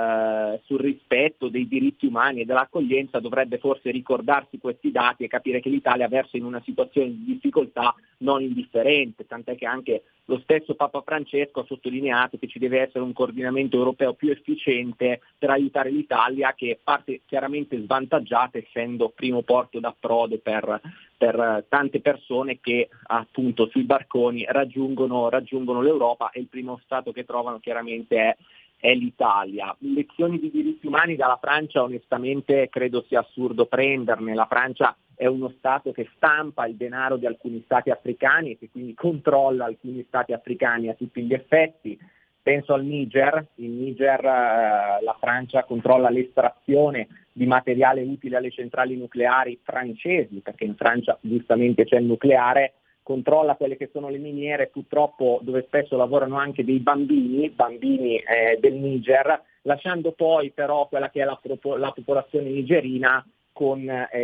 rispetto dei diritti umani e dell'accoglienza, dovrebbe forse ricordarsi questi dati e capire che l'Italia versa in una situazione di difficoltà non indifferente, tant'è che anche lo stesso Papa Francesco ha sottolineato che ci deve essere un coordinamento europeo più efficiente per aiutare l'Italia, che parte chiaramente svantaggiata essendo primo porto d'approdo per tante persone che appunto sui barconi raggiungono l'Europa, e il primo stato che trovano chiaramente è l'Italia. Lezioni di diritti umani dalla Francia onestamente credo sia assurdo prenderne. La Francia è uno Stato che stampa il denaro di alcuni Stati africani e che quindi controlla alcuni Stati africani a tutti gli effetti. Penso al Niger. In Niger la Francia controlla l'estrazione di materiale utile alle centrali nucleari francesi, perché in Francia giustamente c'è il nucleare, controlla quelle che sono le miniere, purtroppo dove spesso lavorano anche dei bambini del Niger, lasciando poi però quella che è la popolazione nigerina con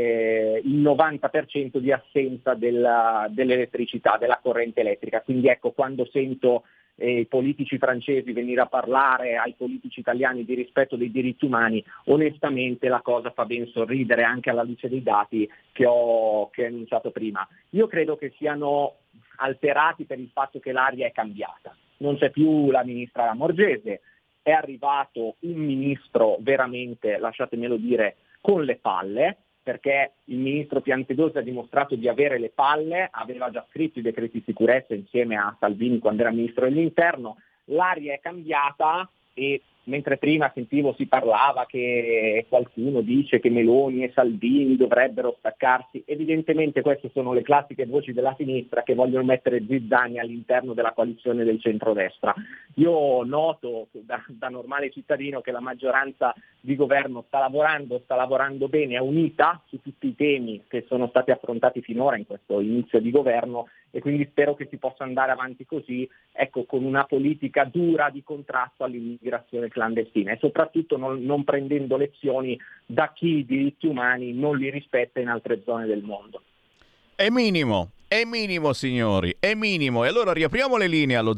il 90% di assenza dell'elettricità, della corrente elettrica. Quindi ecco, quando sento i politici francesi venire a parlare ai politici italiani di rispetto dei diritti umani, onestamente la cosa fa ben sorridere, anche alla luce dei dati che ho enunciato prima. Io credo che siano alterati per il fatto che l'aria è cambiata, non c'è più la ministra Lamorgese, è arrivato un ministro veramente, lasciatemelo dire, con le palle, perché il ministro Piantedosi ha dimostrato di avere le palle, aveva già scritto i decreti di sicurezza insieme a Salvini quando era ministro dell'interno. L'aria è cambiata, e mentre prima sentivo si parlava che qualcuno dice che Meloni e Salvini dovrebbero staccarsi, evidentemente queste sono le classiche voci della sinistra che vogliono mettere zizzani all'interno della coalizione del centrodestra. Io noto da normale cittadino che la maggioranza di governo sta lavorando bene, è unita su tutti i temi che sono stati affrontati finora in questo inizio di governo, e quindi spero che si possa andare avanti così, ecco, con una politica dura di contrasto all'immigrazione clandestina, e soprattutto non prendendo lezioni da chi i diritti umani non li rispetta in altre zone del mondo. È minimo signori, è minimo. E allora riapriamo le linee allo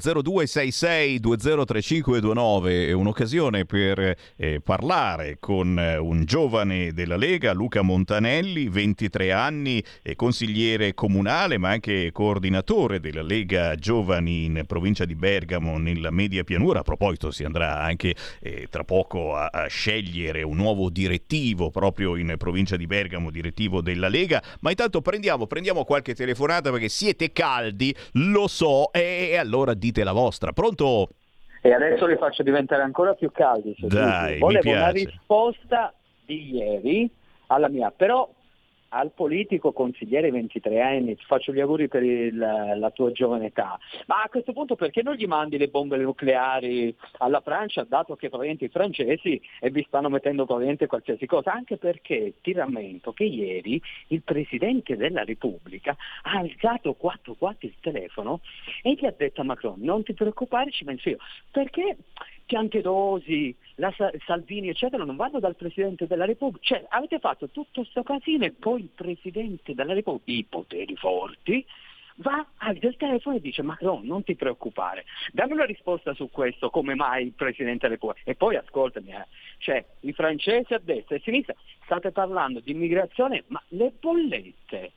0266203529, è un'occasione per parlare con un giovane della Lega, Luca Montanelli, 23 anni, consigliere comunale ma anche coordinatore della Lega Giovani in provincia di Bergamo nella Media Pianura. A proposito, si andrà anche tra poco a scegliere un nuovo direttivo proprio in provincia di Bergamo, direttivo della Lega. Ma intanto prendiamo qualche telefonata, perché siete caldi, lo so, e allora dite la vostra. Pronto? E adesso li faccio diventare ancora più caldi. Dai, volevo mi piace. una risposta di ieri alla mia, però al politico consigliere 23 anni, ti faccio gli auguri per la tua giovane età, ma a questo punto perché non gli mandi le bombe nucleari alla Francia, dato che probabilmente i francesi vi stanno mettendo probabilmente qualsiasi cosa, anche perché ti rammento che ieri il Presidente della Repubblica ha alzato 4 il telefono e gli ha detto a Macron: non ti preoccupare, ci penso io, perché Piantedosi, Salvini eccetera non vanno dal Presidente della Repubblica, cioè avete fatto tutto sto casino e poi il Presidente della Repubblica, i poteri forti, va al telefono e dice: Macron, non ti preoccupare, dammi una risposta su questo, come mai il Presidente della Repubblica. E poi ascoltami, cioè i francesi a destra e a sinistra state parlando di immigrazione, ma le bollette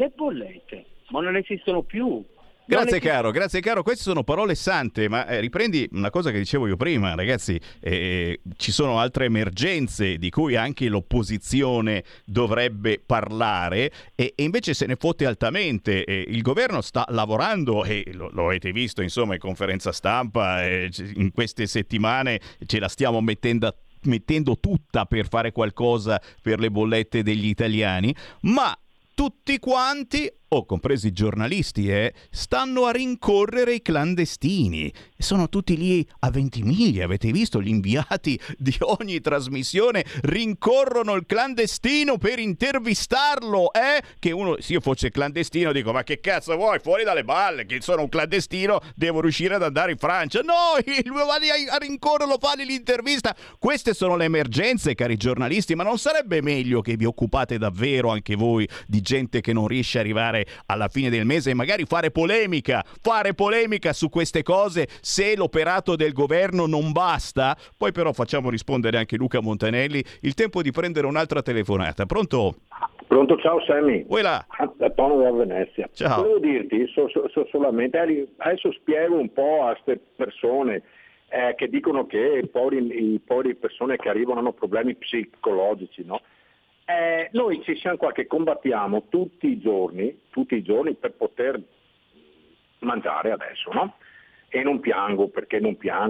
ma non esistono più. Grazie caro, queste sono parole sante, ma riprendi una cosa che dicevo io prima, ragazzi, ci sono altre emergenze di cui anche l'opposizione dovrebbe parlare e invece se ne fotte altamente. Il governo sta lavorando e lo avete visto insomma in conferenza stampa, in queste settimane ce la stiamo mettendo tutta per fare qualcosa per le bollette degli italiani, ma tutti quanti, compresi i giornalisti, stanno a rincorrere i clandestini. Sono tutti lì a Ventimiglia, avete visto? Gli inviati di ogni trasmissione rincorrono il clandestino per intervistarlo, Che se io fossi clandestino dico: ma che cazzo vuoi? Fuori dalle balle, che sono un clandestino, devo riuscire ad andare in Francia. No, vai a rincorrerlo, fagli l'intervista. Queste sono le emergenze, cari giornalisti, ma non sarebbe meglio che vi occupate davvero anche voi di gente che non riesce a arrivare alla fine del mese e magari fare polemica su queste cose se l'operato del governo non basta? Poi però facciamo rispondere anche Luca Montanelli, il tempo di prendere un'altra telefonata. Pronto, ciao Sammy. Voilà. Tono da Venezia. Ciao. Volevo dirti solamente, adesso spiego un po' a queste persone che dicono che i poveri persone che arrivano hanno problemi psicologici, no? Noi ci siamo qua che combattiamo tutti i giorni per poter mangiare adesso, no? E non piango perché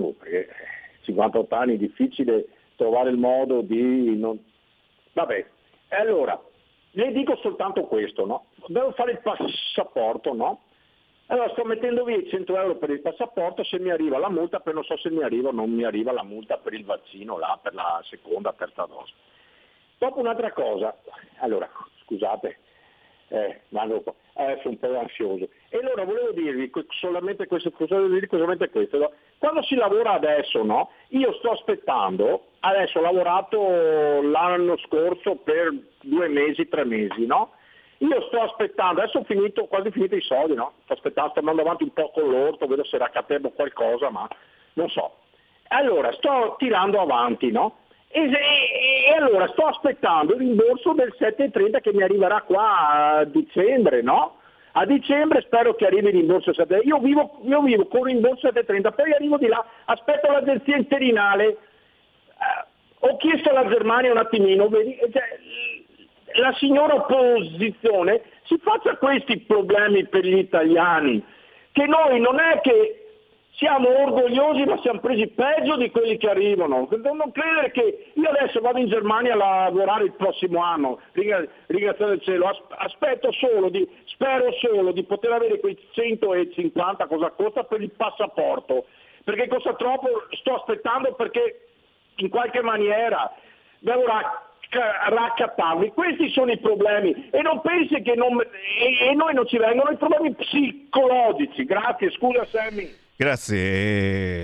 58 anni è difficile trovare il modo di non... Vabbè, e allora le dico soltanto questo, no? Devo fare il passaporto, no? Allora sto mettendo via 100 euro per il passaporto, se mi arriva la multa, poi non so se mi arriva o non mi arriva la multa per il vaccino là, per la seconda, terza dose. Dopo un'altra cosa, allora scusate, sono un po' ansioso. E allora volevo dirvi solamente questo, no? Quando si lavora adesso, no? Io sto aspettando, adesso ho lavorato l'anno scorso per 2 mesi, 3 mesi, no? Io sto aspettando, adesso ho quasi finito i soldi, no? Sto andando avanti un po' con l'orto, vedo se raccattebo qualcosa, ma non so. Allora, sto tirando avanti, no? E allora sto aspettando il rimborso del 7,30 che mi arriverà qua a dicembre, no? A dicembre spero che arrivi il rimborso 7,30. Io vivo con il rimborso 7,30, poi arrivo di là, aspetto l'agenzia interinale, ho chiesto alla Germania un attimino, vedi, la signora opposizione si faccia questi problemi per gli italiani, che noi non è che siamo orgogliosi ma siamo presi peggio di quelli che arrivano. Non credere che io adesso vado in Germania a lavorare il prossimo anno, ringraziando il cielo, spero solo di poter avere quei 150, cosa costa per il passaporto, perché costa troppo, sto aspettando perché in qualche maniera devo raccattarli. Questi sono i problemi e non pensi che e noi non ci vengono i problemi psicologici. Grazie, scusa Sammy. Grazie.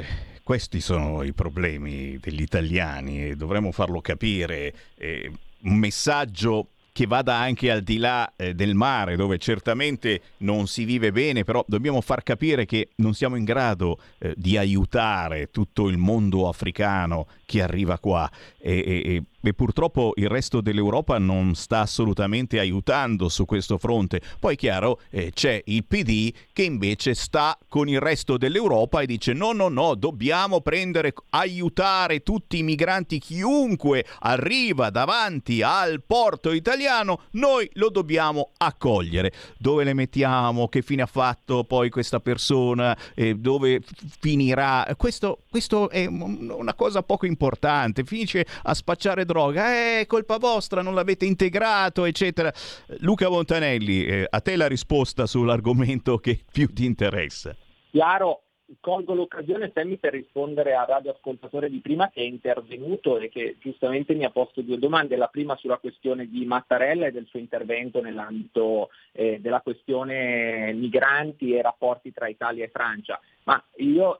Questi sono i problemi degli italiani e dovremmo farlo capire. Un messaggio che vada anche al di là del mare, dove certamente non si vive bene, però dobbiamo far capire che non siamo in grado di aiutare tutto il mondo africano che arriva qua e purtroppo il resto dell'Europa non sta assolutamente aiutando su questo fronte. Poi chiaro c'è il PD che invece sta con il resto dell'Europa e dice no, dobbiamo aiutare tutti i migranti, chiunque arriva davanti al porto italiano, noi lo dobbiamo accogliere. Dove le mettiamo? Che fine ha fatto poi questa persona? Dove finirà? Questo è una cosa poco importante. Finisce a spacciare droga, è colpa vostra, non l'avete integrato, eccetera. Luca Montanelli, a te la risposta sull'argomento che più ti interessa. Chiaro, colgo l'occasione, Sammy, per rispondere al radioascoltatore di prima che è intervenuto e che giustamente mi ha posto due domande. La prima sulla questione di Mattarella e del suo intervento nell'ambito della questione migranti e rapporti tra Italia e Francia. Ma io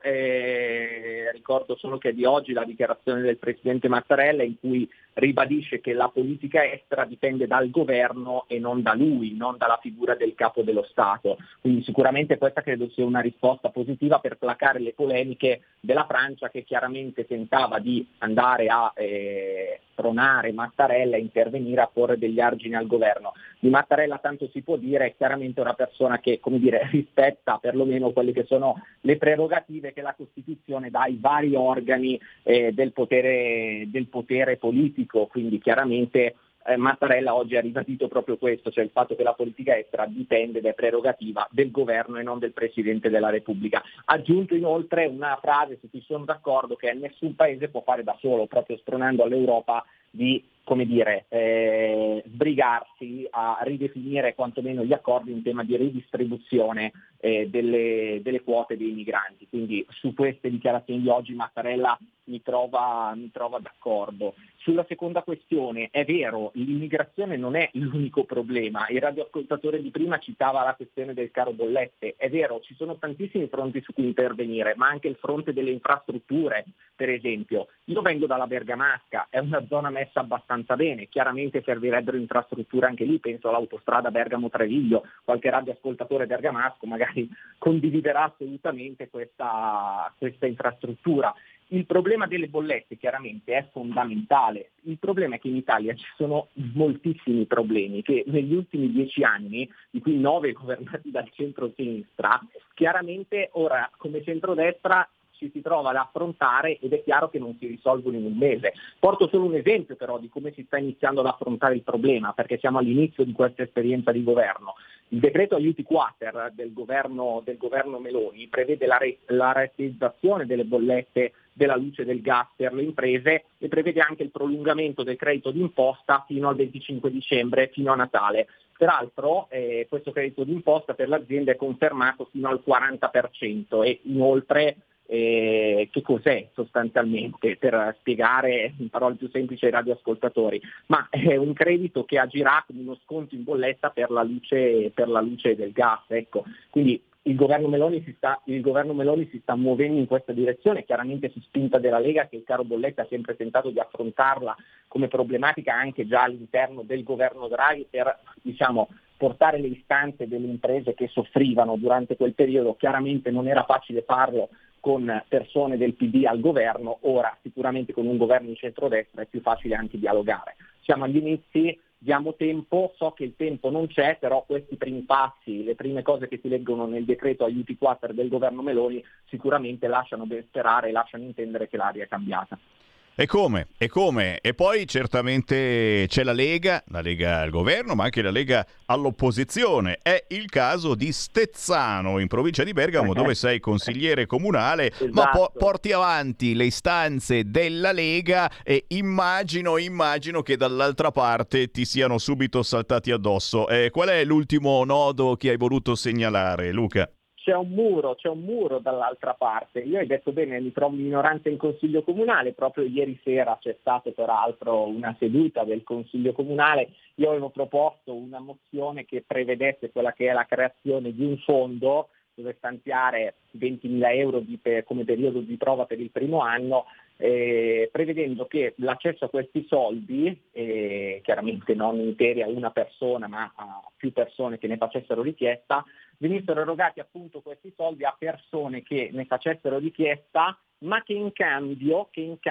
ricordo solo che è di oggi la dichiarazione del Presidente Mattarella in cui ribadisce che la politica estera dipende dal governo e non da lui, non dalla figura del capo dello Stato. Quindi sicuramente questa credo sia una risposta positiva per placare le polemiche della Francia, che chiaramente tentava di andare a spronare Mattarella, intervenire, a porre degli argini al governo. Di Mattarella tanto si può dire, è chiaramente una persona che, come dire, rispetta perlomeno quelle che sono le prerogative che la Costituzione dà ai vari organi del potere politico, quindi chiaramente Mattarella oggi ha ribadito proprio questo, cioè il fatto che la politica estera dipende da prerogativa del governo e non del Presidente della Repubblica. Ha aggiunto inoltre una frase su cui sono d'accordo, che nessun paese può fare da solo, proprio spronando all'Europa di, come dire, sbrigarsi a ridefinire quantomeno gli accordi in tema di ridistribuzione delle quote dei migranti. Quindi su queste dichiarazioni di oggi Mattarella mi trova d'accordo. Sulla seconda questione, è vero, l'immigrazione non è l'unico problema. Il radioascoltatore di prima citava la questione del caro bollette. È vero, ci sono tantissimi fronti su cui intervenire, ma anche il fronte delle infrastrutture, per esempio. Io vengo dalla Bergamasca, è una zona messa abbastanza bene, chiaramente servirebbero infrastrutture anche lì, penso all'autostrada Bergamo-Treviglio. Qualche radioascoltatore bergamasco magari condividerà assolutamente questa infrastruttura. Il problema delle bollette chiaramente è fondamentale. Il problema è che in Italia ci sono moltissimi problemi che negli ultimi 10 anni, di cui 9 governati dal centro-sinistra, chiaramente ora come centrodestra ci si trova ad affrontare ed è chiaro che non si risolvono in un mese. Porto solo un esempio però di come si sta iniziando ad affrontare il problema, perché siamo all'inizio di questa esperienza di governo. Il decreto aiuti quater del governo Meloni prevede la rateizzazione delle bollette della luce e del gas per le imprese e prevede anche il prolungamento del credito d'imposta fino al 25 dicembre, fino a Natale. Peraltro questo credito d'imposta per l'azienda è confermato fino al 40% e inoltre che cos'è sostanzialmente, per spiegare in parole più semplici ai radioascoltatori, ma è un credito che agirà come uno sconto in bolletta per la luce e del gas, ecco. Quindi il governo Meloni si sta muovendo in questa direzione, chiaramente su spinta della Lega, che il caro bolletta ha sempre tentato di affrontarla come problematica anche già all'interno del governo Draghi per, portare le istanze delle imprese che soffrivano durante quel periodo. Chiaramente non era facile farlo con persone del PD al governo, ora sicuramente con un governo di centrodestra è più facile anche dialogare. Siamo agli inizi, diamo tempo, so che il tempo non c'è, però questi primi passi, le prime cose che si leggono nel decreto aiuti quater del governo Meloni sicuramente lasciano ben sperare e lasciano intendere che l'aria è cambiata. E come? E poi certamente c'è la Lega al governo, ma anche la Lega all'opposizione. È il caso di Stezzano, in provincia di Bergamo, dove sei consigliere comunale, esatto. Ma porti avanti le istanze della Lega e immagino che dall'altra parte ti siano subito saltati addosso. Qual è l'ultimo nodo che hai voluto segnalare, Luca? C'è un muro dall'altra parte. Io hai detto bene, mi trovo in minoranza in Consiglio Comunale, proprio ieri sera c'è stata peraltro una seduta del Consiglio Comunale, io avevo proposto una mozione che prevedesse quella che è la creazione di un fondo dove stanziare 20.000 euro come periodo di prova per il primo anno, prevedendo che l'accesso a questi soldi, chiaramente non interi a una persona ma a più persone che ne facessero richiesta, venissero erogati appunto questi soldi a persone che ne facessero richiesta, ma che in cambio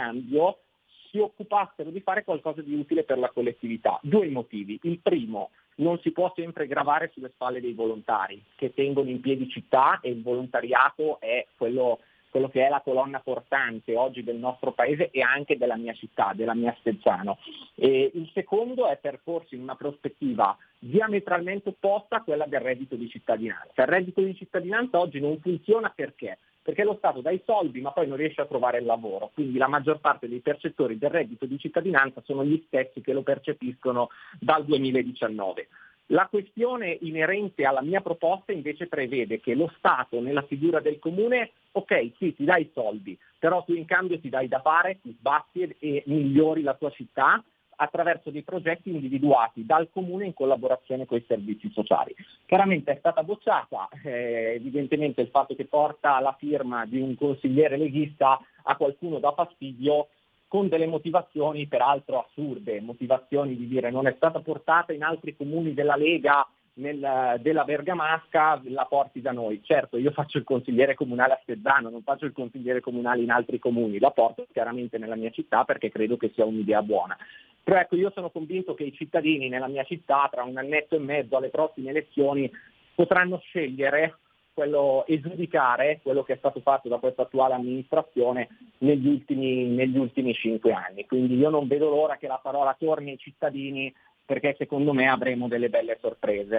si occupassero di fare qualcosa di utile per la collettività. 2 motivi. Il primo: non si può sempre gravare sulle spalle dei volontari che tengono in piedi città, e il volontariato è quello che è la colonna portante oggi del nostro paese e anche della mia città, della mia Stezzano. E il secondo è perporsi in una prospettiva diametralmente opposta a quella del reddito di cittadinanza. Il reddito di cittadinanza oggi non funziona perché lo Stato dà i soldi ma poi non riesce a trovare il lavoro, quindi la maggior parte dei percettori del reddito di cittadinanza sono gli stessi che lo percepiscono dal 2019. La questione inerente alla mia proposta invece prevede che lo Stato, nella figura del comune, ok, sì, ti dai i soldi, però tu in cambio ti dai da fare, ti sbatti e migliori la tua città attraverso dei progetti individuati dal comune in collaborazione con i servizi sociali. Chiaramente è stata bocciata, evidentemente il fatto che porta la firma di un consigliere leghista a qualcuno dà fastidio, con delle motivazioni peraltro assurde, motivazioni di dire non è stata portata in altri comuni della Lega, della Bergamasca, la porti da noi. Certo, io faccio il consigliere comunale a Stezzano, non faccio il consigliere comunale in altri comuni, la porto chiaramente nella mia città perché credo che sia un'idea buona. Però ecco, io sono convinto che i cittadini nella mia città tra un annetto e mezzo alle prossime elezioni potranno scegliere e giudicare quello che è stato fatto da questa attuale amministrazione negli ultimi 5 anni. Quindi io non vedo l'ora che la parola torni ai cittadini, perché secondo me avremo delle belle sorprese.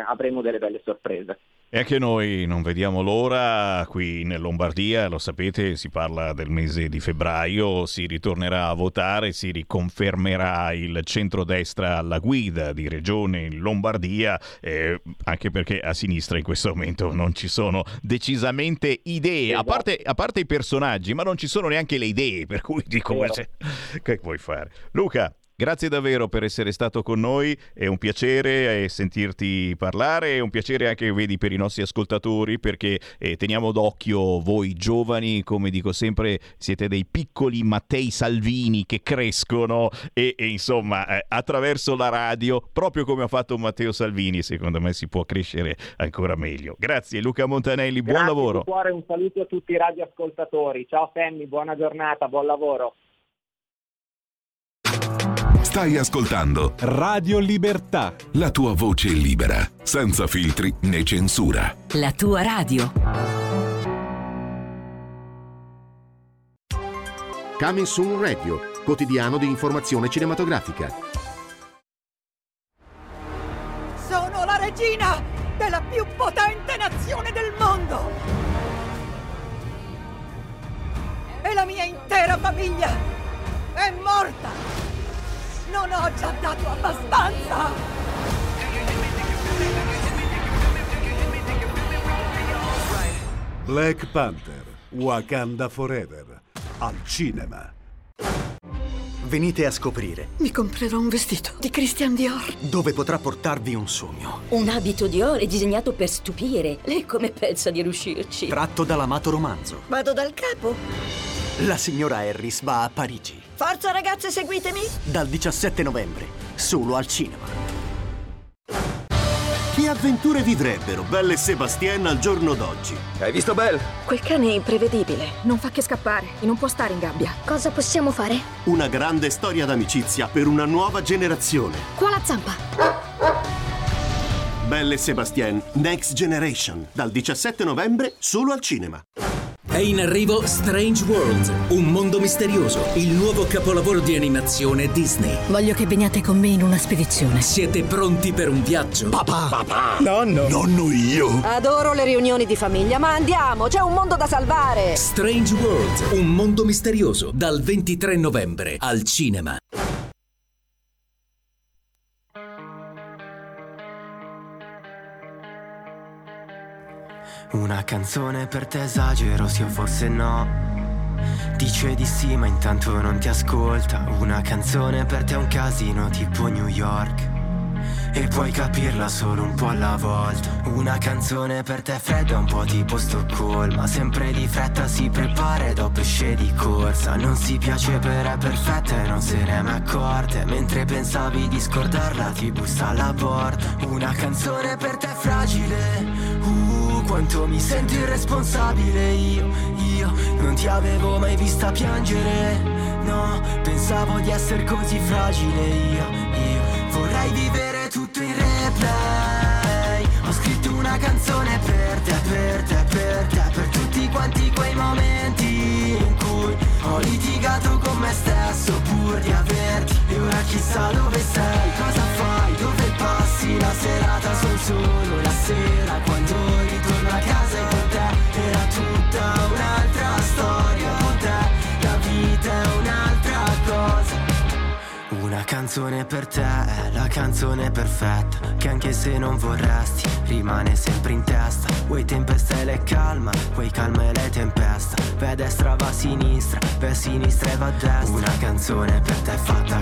E anche noi non vediamo l'ora. Qui in Lombardia, lo sapete, si parla del mese di febbraio, si ritornerà a votare, si riconfermerà il centrodestra alla guida di regione in Lombardia, anche perché a sinistra in questo momento non ci sono decisamente idee, a parte i personaggi, ma non ci sono neanche le idee, per cui dico, che vuoi fare? Luca, grazie davvero per essere stato con noi, è un piacere sentirti parlare, è un piacere anche, vedi, per i nostri ascoltatori, perché teniamo d'occhio voi giovani, come dico sempre, siete dei piccoli Mattei Salvini che crescono e insomma attraverso la radio, proprio come ha fatto Matteo Salvini, secondo me si può crescere ancora meglio. Grazie Luca Montanelli, buon lavoro. Di cuore, un saluto a tutti i radioascoltatori, ciao Sammy, buona giornata, buon lavoro. Stai ascoltando Radio Libertà, la tua voce libera, senza filtri né censura. La tua radio. Coming Soon Radio, quotidiano di informazione cinematografica. Sono la regina della più potente nazione del mondo. E la mia intera famiglia è morta. Non ho già dato abbastanza! Black Panther, Wakanda Forever, al cinema. Venite a scoprire. Mi comprerò un vestito di Christian Dior. Dove potrà portarvi un sogno. Un abito Dior è disegnato per stupire. Lei come pensa di riuscirci? Tratto dall'amato romanzo. Vado dal capo. La signora Harris va a Parigi. Forza ragazze, seguitemi! Dal 17 novembre, solo al cinema. Che avventure vivrebbero Belle e Sébastien al giorno d'oggi? Hai visto Belle? Quel cane è imprevedibile, non fa che scappare e non può stare in gabbia. Cosa possiamo fare? Una grande storia d'amicizia per una nuova generazione. Qua la zampa! Belle e Sébastien Next Generation, dal 17 novembre solo al cinema. È in arrivo Strange World, un mondo misterioso, il nuovo capolavoro di animazione Disney. Voglio che veniate con me in una spedizione. Siete pronti per un viaggio? Papà! Nonno! Nonno io! Adoro le riunioni di famiglia, ma andiamo, c'è un mondo da salvare! Strange World, un mondo misterioso, dal 23 novembre al cinema. Una canzone per te esagero, sì o forse no. Dice di sì ma intanto non ti ascolta. Una canzone per te è un casino tipo New York. e puoi capirla solo un po' alla volta. Una canzone per te fredda, un po' tipo Stoccolma, sempre di fretta si prepara e dopo esce di corsa. Non si piace però è perfetta e non se ne è mai accorte. Mentre pensavi di scordarla ti bussa alla porta. Una canzone per te fragile, quanto mi sento irresponsabile io non ti avevo mai vista piangere, no, pensavo di essere così fragile io vorrei vivere tutto in replay. Ho scritto una canzone per te, per te, per te, per tutti quanti quei momenti in cui ho litigato con me stesso pur di averti. E ora chissà dove sei, cosa fai, dove passi la serata, son solo la sera quando ritorno a casa e con te era tutta un'altra storia. Con te la vita è un'altra cosa. Una canzone per te è la canzone perfetta, che anche se non vorresti rimane sempre in testa. Vuoi tempesta e lei calma, vuoi calma e lei tempesta. Vai a destra va a sinistra, vai a sinistra e va a destra. Una canzone per te è fatta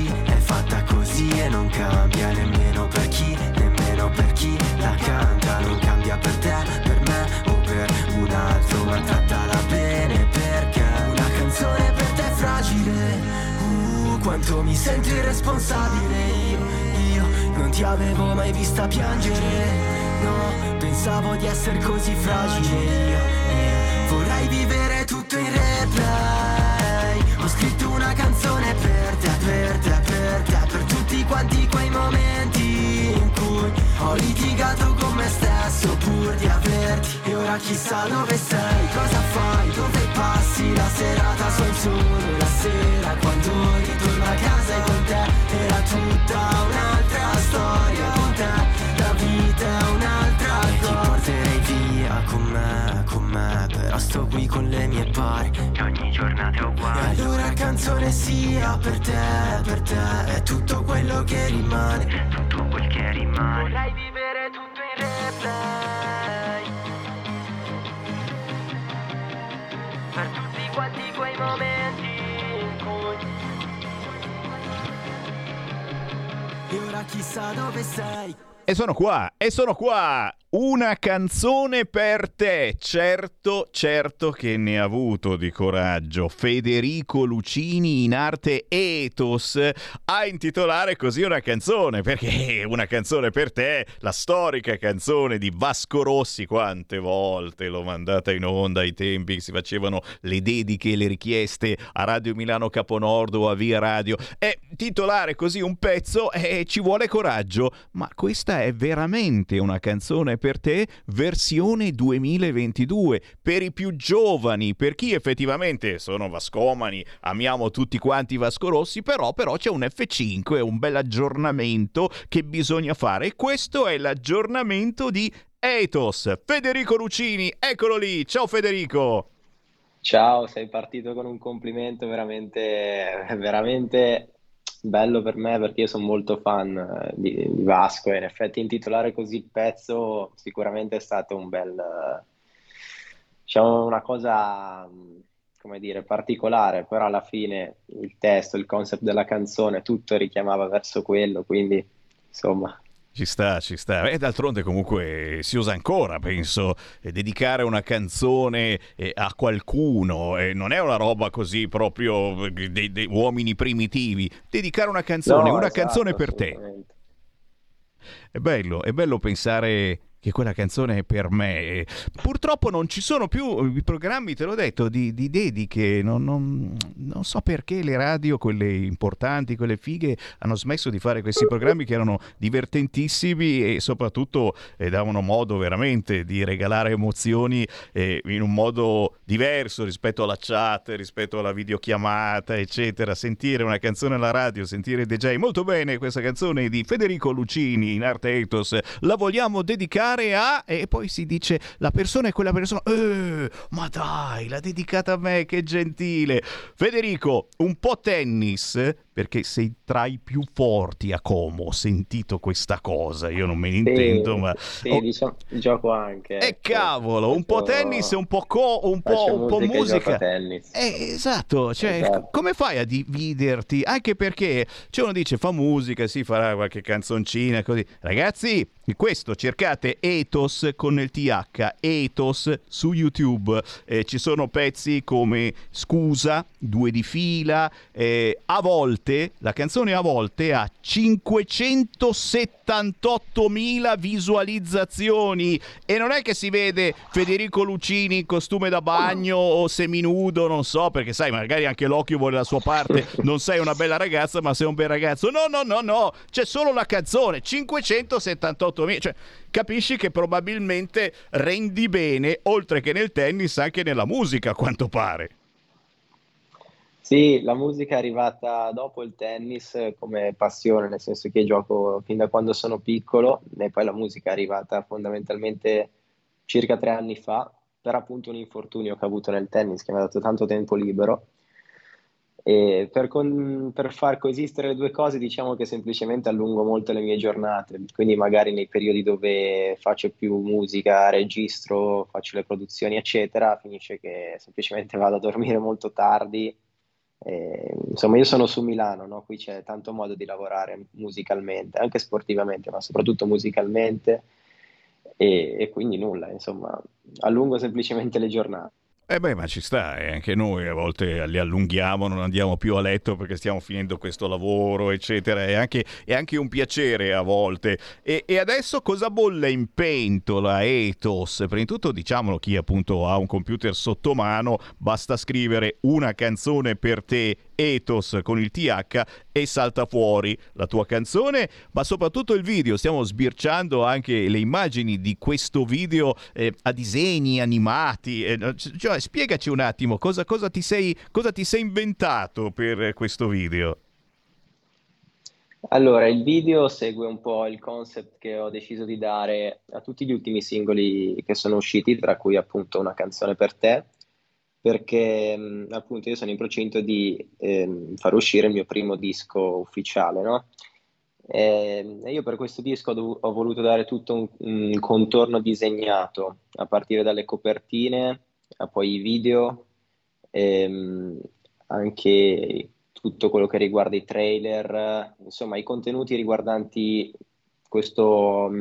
così e non cambia nemmeno per chi la canta. Non cambia per te, per me o per un altro, ma trattala bene perché una canzone per te è fragile. Quanto mi sento irresponsabile io non ti avevo mai vista piangere, no, pensavo di essere così fragile io vorrei vivere tutto in replay. Ho scritto una canzone per te, per te, per te, per tutti quanti quei momenti in cui ho litigato con me stesso pur di averti. E ora chissà dove sei, cosa fai, dove passi la serata, son solo la sera quando ritorno a casa e con te era tutta un'altra storia. Con te la vita è un'altra cosa. E ti porterei via con me, però sto qui con le mie pari e ogni giornata è uguale. E allora canzone sia per te, è tutto quello che rimane, è tutto quel che rimane. Vorrei vivere tutto in replay, per tutti quanti quei momenti in cui. E ora chissà dove sei. E sono qua, una canzone per te. Certo che ne ha avuto di coraggio Federico Lucini, in arte ethos, a intitolare così una canzone, perché una canzone per te, la storica canzone di Vasco Rossi, quante volte l'ho mandata in onda ai tempi che si facevano le dediche e le richieste a Radio Milano Caponordo o a Via Radio, e titolare così un pezzo ci vuole coraggio, ma questa è veramente una canzone per te versione 2022 per i più giovani, per chi effettivamente sono vascomani, amiamo tutti quanti Vasco Rossi, però c'è un F5, un bel aggiornamento che bisogna fare, e questo è l'aggiornamento di Ethos. Federico Lucini, eccolo lì, ciao Federico. Ciao, sei partito con un complimento veramente bello per me, perché io sono molto fan di Vasco, e in effetti intitolare così il pezzo sicuramente è stato un bel, diciamo, una cosa, come dire, particolare, però alla fine il testo, il concept della canzone, tutto richiamava verso quello, quindi insomma. Ci sta. E d'altronde comunque si usa ancora, penso, dedicare una canzone a qualcuno. Non è una roba così proprio dei uomini primitivi. Dedicare una canzone, canzone per te. È bello pensare che quella canzone è per me. Purtroppo non ci sono più i programmi, te l'ho detto, di dediche. Non so perché le radio, quelle importanti, quelle fighe, hanno smesso di fare questi programmi che erano divertentissimi e soprattutto davano modo veramente di regalare emozioni in un modo diverso rispetto alla chat, rispetto alla videochiamata, eccetera. Sentire una canzone alla radio, sentire DJ. Molto bene, questa canzone di Federico Lucini, in arte ethos, la vogliamo dedicare dedicare a... E poi si dice, la persona è quella persona, ma dai, l'ha dedicata a me, che gentile. Federico, un po' tennis, perché sei tra i più forti a Como, ho sentito questa cosa, io non me ne intendo, ma... diciamo, gioco anche. Cavolo, un po' tennis e un po' musica. Tennis. Esatto, cioè, Esatto. come fai a dividerti? Anche perché uno dice fa musica, si farà qualche canzoncina, così. Ragazzi, questo cercate Ethos con il TH, Ethos su YouTube, ci sono pezzi come Scusa, Due di fila, a volte, la canzone a volte ha 578.000 visualizzazioni e non è che si vede Federico Lucini in costume da bagno o seminudo, non so, perché sai, magari anche l'occhio vuole la sua parte, non sei una bella ragazza ma sei un bel ragazzo, no, c'è solo la canzone, 578.000, cioè capisci che probabilmente rendi bene, oltre che nel tennis, anche nella musica, a quanto pare. Sì, la musica è arrivata dopo il tennis come passione, nel senso che gioco fin da quando sono piccolo e poi la musica è arrivata fondamentalmente circa 3 anni fa, per appunto un infortunio che ho avuto nel tennis che mi ha dato tanto tempo libero. E per far coesistere le due cose, diciamo che semplicemente allungo molto le mie giornate, quindi magari nei periodi dove faccio più musica, registro, faccio le produzioni eccetera, finisce che semplicemente vado a dormire molto tardi. Insomma, io sono su Milano, no? Qui c'è tanto modo di lavorare musicalmente, anche sportivamente, ma soprattutto musicalmente, e quindi nulla, insomma, allungo semplicemente le giornate. Ma ci sta, anche noi a volte li allunghiamo, non andiamo più a letto perché stiamo finendo questo lavoro, eccetera, è anche un piacere a volte. E adesso cosa bolle in pentola, Ethos? Prima di tutto, diciamolo, chi appunto ha un computer sotto mano, basta scrivere una canzone per te, Ethos con il TH, e salta fuori la tua canzone, ma soprattutto il video. Stiamo sbirciando anche le immagini di questo video a disegni animati, cioè, spiegaci un attimo cosa ti sei inventato per questo video. Allora, il video segue un po' il concept che ho deciso di dare a tutti gli ultimi singoli che sono usciti, tra cui appunto Una canzone per te, perché appunto io sono in procinto di far uscire il mio primo disco ufficiale, no? E io per questo disco ho voluto dare tutto un contorno disegnato, a partire dalle copertine, a poi i video, anche tutto quello che riguarda i trailer, insomma i contenuti riguardanti questo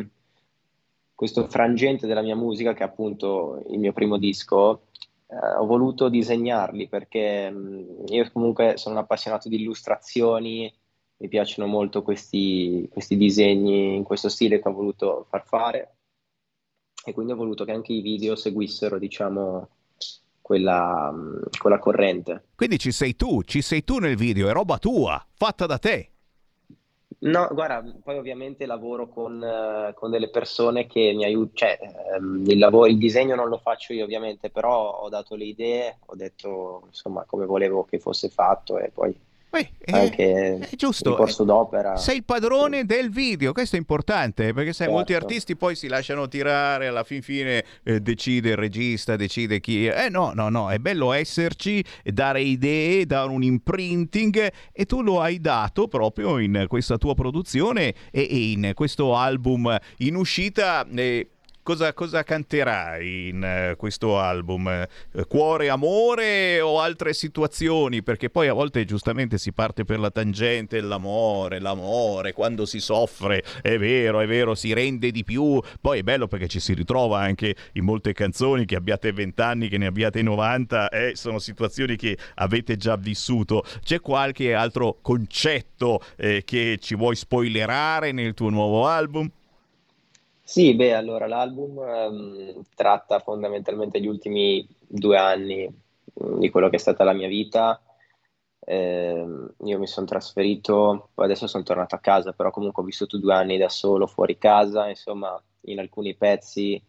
frangente della mia musica, che è appunto il mio primo disco. Ho voluto disegnarli perché io comunque sono un appassionato di illustrazioni, mi piacciono molto questi disegni in questo stile che ho voluto far fare, e quindi ho voluto che anche i video seguissero, diciamo, quella corrente. Quindi ci sei tu nel video, è roba tua, fatta da te. No, guarda, poi ovviamente lavoro con delle persone che mi aiutano, cioè il disegno non lo faccio io ovviamente, però ho dato le idee, ho detto insomma come volevo che fosse fatto, e poi anche è giusto, in corso d'opera. Sei il padrone del video, questo è importante, perché sai, molti Certo. artisti poi si lasciano tirare, alla fin fine decide il regista, decide chi no, è bello esserci, dare idee, dare un imprinting, e tu lo hai dato proprio in questa tua produzione e in questo album in uscita. Cosa canterai in questo album? Cuore, amore o altre situazioni? Perché poi a volte giustamente si parte per la tangente, l'amore, quando si soffre, è vero, si rende di più. Poi è bello perché ci si ritrova anche in molte canzoni, che abbiate 20 anni, che ne abbiate 90, sono situazioni che avete già vissuto. C'è qualche altro concetto che ci vuoi spoilerare nel tuo nuovo album? Sì, beh, allora l'album tratta fondamentalmente gli ultimi 2 anni di quello che è stata la mia vita. Io mi sono trasferito, poi adesso sono tornato a casa, però comunque ho vissuto 2 anni da solo fuori casa, insomma in alcuni pezzi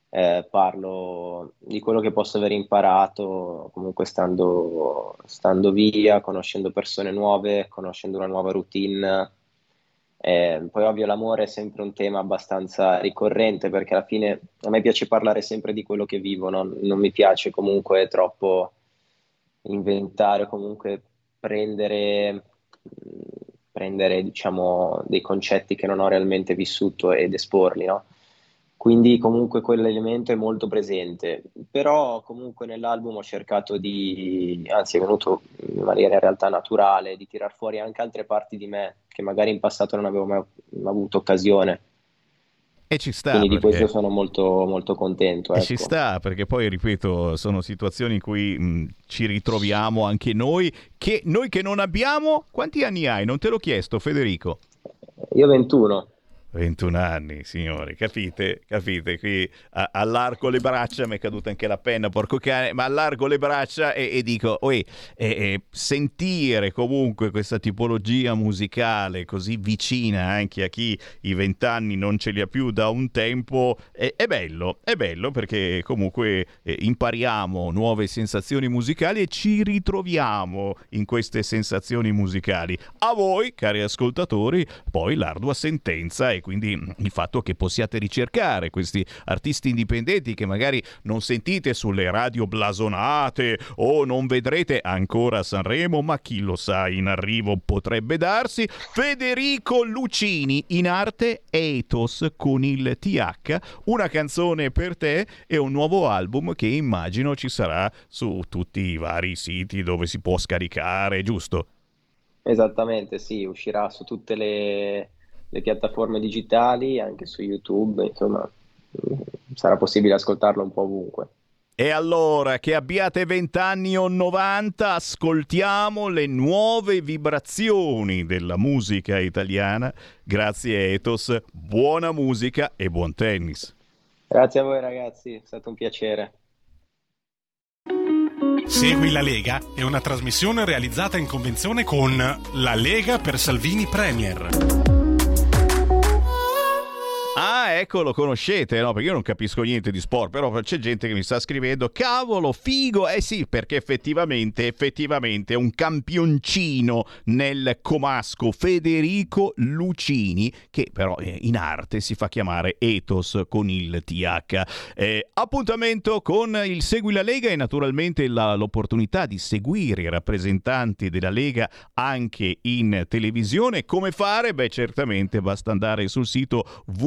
parlo di quello che posso aver imparato comunque stando via, conoscendo persone nuove, conoscendo una nuova routine. Poi ovvio l'amore è sempre un tema abbastanza ricorrente, perché alla fine a me piace parlare sempre di quello che vivo, non mi piace comunque troppo inventare, comunque prendere diciamo dei concetti che non ho realmente vissuto ed esporli, no? Quindi comunque quell'elemento è molto presente, però comunque nell'album ho cercato anzi è venuto in maniera in realtà naturale, di tirar fuori anche altre parti di me che magari in passato non avevo mai avuto occasione. E ci sta. Quindi perché... di questo sono molto, molto contento. E ci sta, perché poi, ripeto, sono situazioni in cui ci ritroviamo anche noi che non abbiamo... Quanti anni hai? Non te l'ho chiesto, Federico. Io 21. 21 anni, signori, capite? Qui allargo le braccia, mi è caduta anche la penna, porco cane, ma allargo le braccia e dico, sentire comunque questa tipologia musicale così vicina anche a chi i 20 anni non ce li ha più da un tempo, è bello perché comunque impariamo nuove sensazioni musicali e ci ritroviamo in queste sensazioni musicali. A voi, cari ascoltatori, poi l'ardua sentenza e quindi il fatto che possiate ricercare questi artisti indipendenti che magari non sentite sulle radio blasonate o non vedrete ancora a Sanremo, ma chi lo sa, in arrivo potrebbe darsi. Federico Lucini, in arte Ethos con il TH, una canzone per te e un nuovo album che immagino ci sarà su tutti i vari siti dove si può scaricare, giusto? Esattamente, sì, uscirà su tutte le piattaforme digitali, anche su YouTube, insomma sarà possibile ascoltarlo un po' ovunque. E allora, che abbiate 20 anni o 90, ascoltiamo le nuove vibrazioni della musica italiana. Grazie Ethos, buona musica e buon tennis. Grazie a voi ragazzi, è stato un piacere. Segui la Lega è una trasmissione realizzata in convenzione con La Lega per Salvini Premier. Ah, ecco, lo conoscete, no? Perché io non capisco niente di sport, però c'è gente che mi sta scrivendo, cavolo, figo, sì, perché effettivamente è un campioncino nel comasco, Federico Lucini, che però in arte si fa chiamare Ethos con il TH. Appuntamento con il Segui la Lega e naturalmente l'opportunità di seguire i rappresentanti della Lega anche in televisione. Come fare? Beh, certamente basta andare sul sito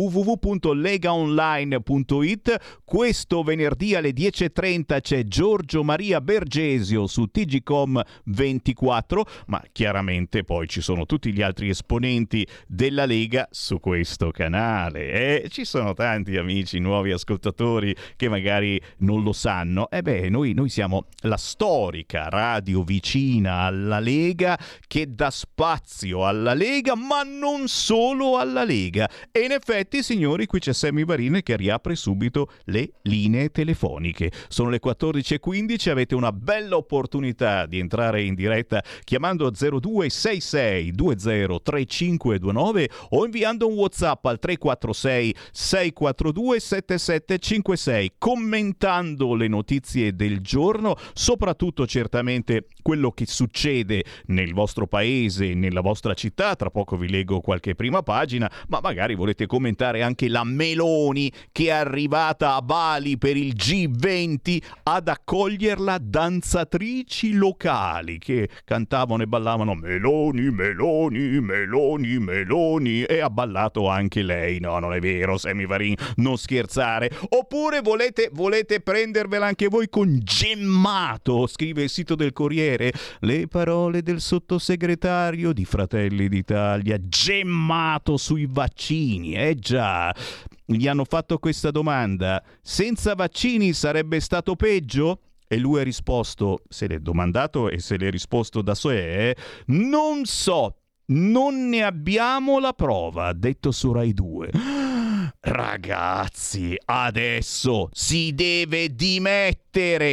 www.legaonline.it. Questo venerdì alle 10.30 c'è Giorgio Maria Bergesio su TGcom 24, ma chiaramente poi ci sono tutti gli altri esponenti della Lega su questo canale. Ci sono tanti amici, nuovi ascoltatori che magari non lo sanno. Noi siamo la storica radio vicina alla Lega che dà spazio alla Lega, ma non solo alla Lega. E in effetti, signori, qui c'è Sammy Varin che riapre subito le linee telefoniche. Sono le 14.15, avete una bella opportunità di entrare in diretta chiamando 0266 203529 o inviando un WhatsApp al 346 642 7756, commentando le notizie del giorno, soprattutto certamente quello che succede nel vostro paese, nella vostra città. Tra poco vi leggo qualche prima pagina, ma magari volete commentare anche la Meloni che è arrivata a Bali per il G20 ad accoglierla danzatrici locali che cantavano e ballavano Meloni, Meloni, Meloni, Meloni, e ha ballato anche lei. No, non è vero, Sammy Varin, non scherzare. Oppure volete prendervela anche voi con Gemmato, scrive il sito del Corriere, le parole del sottosegretario di Fratelli d'Italia Gemmato sui vaccini. Già, gli hanno fatto questa domanda: senza vaccini sarebbe stato peggio? E lui ha risposto, se l'è domandato e se l'è risposto da sé, non so, non ne abbiamo la prova, ha detto su Rai 2. ragazzi, adesso si deve dimettere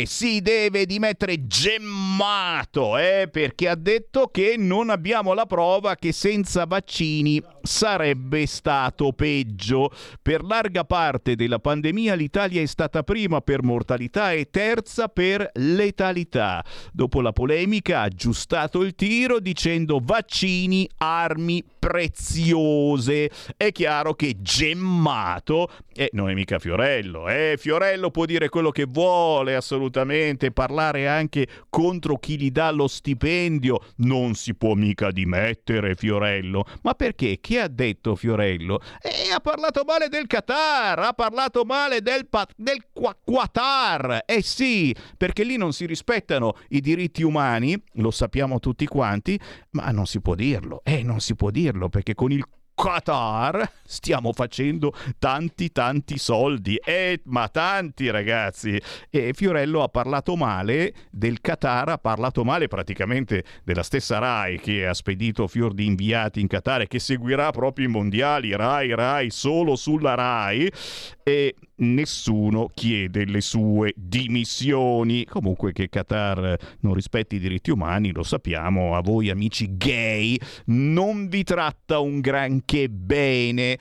Gemmato, perché ha detto che non abbiamo la prova che senza vaccini sarebbe stato peggio. Per larga parte della pandemia l'Italia è stata prima per mortalità e terza per letalità. Dopo la polemica ha aggiustato il tiro dicendo vaccini, armi preziose. È chiaro che Gemmato non è mica Fiorello. Fiorello può dire quello che vuole, assolutamente, parlare anche contro chi gli dà lo stipendio. Non si può mica dimettere Fiorello. Ma perché? Chi ha detto Fiorello? Ha parlato male del Qatar, ha parlato male del Qatar. Sì, perché lì non si rispettano i diritti umani, lo sappiamo tutti quanti, ma non si può dirlo. Non si può dirlo perché con il Qatar stiamo facendo tanti soldi, ma tanti, ragazzi. E Fiorello ha parlato male del Qatar, ha parlato male praticamente della stessa Rai che ha spedito fior di inviati in Qatar e che seguirà proprio i mondiali. Rai solo sulla Rai, e nessuno chiede le sue dimissioni. Comunque che Qatar non rispetti i diritti umani lo sappiamo, a voi amici gay non vi tratta un granché bene.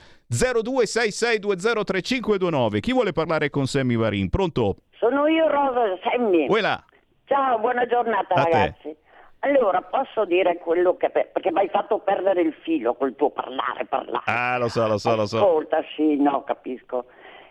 0266203529. Chi vuole parlare con Sammy Varin? Pronto? Sono io, Rosa Sammy. Quella. Ciao, buona giornata ragazzi. Allora, posso dire quello che... perché mi hai fatto perdere il filo col tuo parlare. Lo so. Ascolta, sì, no, capisco.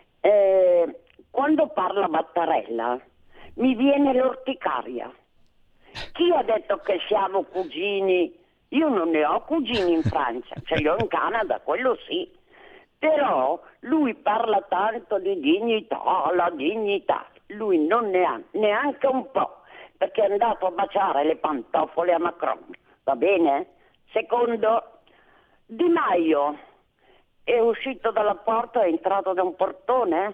Quando parla Mattarella mi viene l'orticaria. Chi ha detto che siamo cugini? Io non ne ho cugini in Francia, ce li ho in Canada, quello sì. Però lui parla tanto di dignità, la dignità. Lui non ne ha neanche un po', perché è andato a baciare le pantofole a Macron. Va bene? Secondo, Di Maio è uscito dalla porta, è entrato da un portone.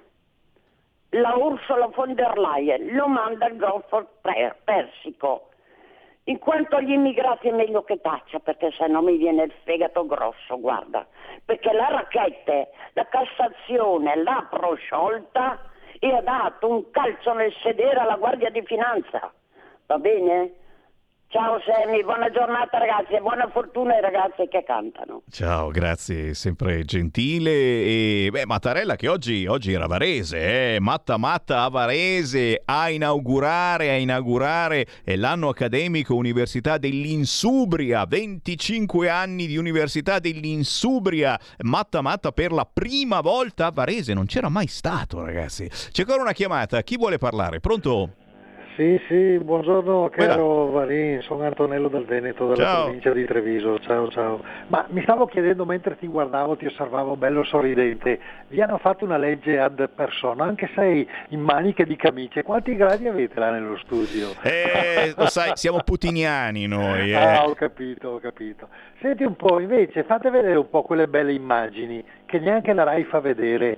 La Ursula von der Leyen lo manda al Golfo Persico. In quanto agli immigrati è meglio che taccia, perché sennò mi viene il fegato grosso, guarda. Perché la Racchette, la Cassazione l'ha prosciolta e ha dato un calcio nel sedere alla Guardia di Finanza. Va bene? Ciao Sammy, buona giornata ragazzi e buona fortuna ai ragazzi che cantano. Ciao, grazie, sempre gentile. E Mattarella che oggi era Varese, Matta a Varese a inaugurare l'anno accademico Università dell'Insubria, 25 anni di Università dell'Insubria. Matta per la prima volta a Varese, non c'era mai stato, ragazzi. C'è ancora una chiamata, chi vuole parlare? Pronto? Sì, buongiorno caro Varin, sono Antonello dal Veneto, dalla provincia di Treviso, ciao. Ma mi stavo chiedendo mentre ti guardavo, ti osservavo bello sorridente, vi hanno fatto una legge ad persona, anche sei in maniche di camicie, quanti gradi avete là nello studio? Lo sai, siamo putiniani noi. Ho capito. Senti un po', invece, fate vedere un po' quelle belle immagini che neanche la Rai fa vedere,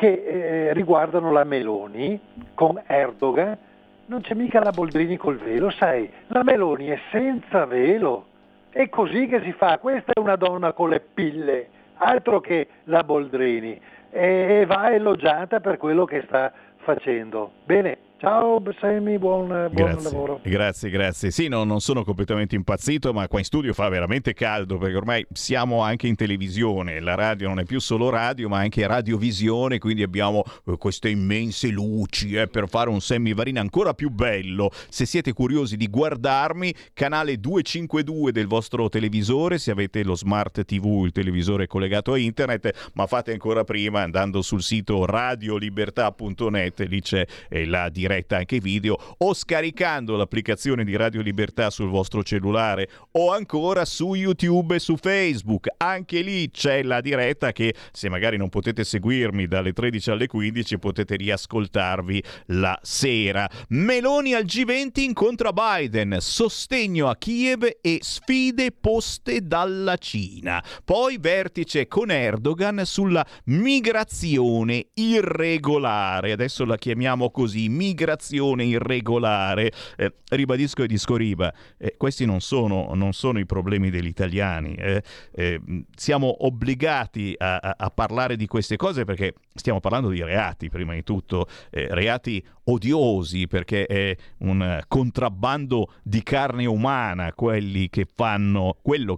che riguardano la Meloni con Erdogan. Non c'è mica la Boldrini col velo, sai, la Meloni è senza velo, è così che si fa, questa è una donna con le pille, altro che la Boldrini, e va elogiata per quello che sta facendo. Bene, ciao Sammy, buon lavoro. Grazie. Sì, no, non sono completamente impazzito, ma qua in studio fa veramente caldo perché ormai siamo anche in televisione, la radio non è più solo radio ma anche radiovisione, quindi abbiamo queste immense luci per fare un Sammy Varin ancora più bello. Se siete curiosi di guardarmi, canale 252 del vostro televisore, se avete lo smart TV, il televisore collegato a internet, ma fate ancora prima andando sul sito radiolibertà.net, lì c'è la diretta anche video, o scaricando l'applicazione di Radio Libertà sul vostro cellulare, o ancora su YouTube e su Facebook, anche lì c'è la diretta che se magari non potete seguirmi dalle 13 alle 15 potete riascoltarvi la sera. Meloni al G20 incontra Biden, sostegno a Kiev e sfide poste dalla Cina, poi vertice con Erdogan sulla migrazione irregolare, adesso la chiamiamo così, migrazione immigrazione irregolare. Ribadisco e disco riba, questi non sono i problemi degli italiani. Siamo obbligati a parlare di queste cose perché stiamo parlando di reati, prima di tutto, reati odiosi, perché è un contrabbando di carne umana quello che fanno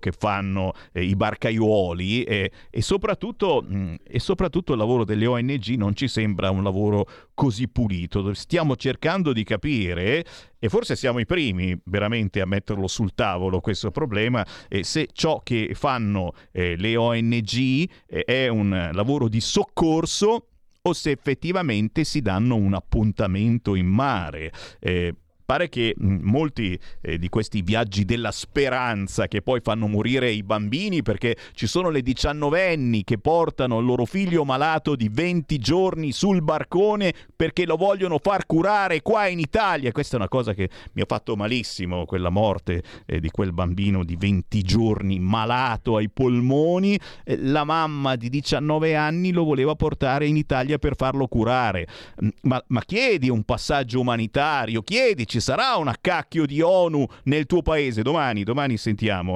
i barcaiuoli, e soprattutto il lavoro delle ONG non ci sembra un lavoro così pulito. Stiamo cercando di capire, e forse siamo i primi veramente a metterlo sul tavolo questo problema, se ciò che fanno le ONG è un lavoro di soccorso o se effettivamente si danno un appuntamento in mare. Pare che molti di questi viaggi della speranza, che poi fanno morire i bambini, perché ci sono le 19enni che portano il loro figlio malato di 20 giorni sul barcone perché lo vogliono far curare qua in Italia. Questa è una cosa che mi ha fatto malissimo, quella morte di quel bambino di 20 giorni malato ai polmoni. La mamma di 19 anni lo voleva portare in Italia per farlo curare. Ma chiedi un passaggio umanitario, chiedi, ci sarà una cacchio di ONU nel tuo paese? Domani sentiamo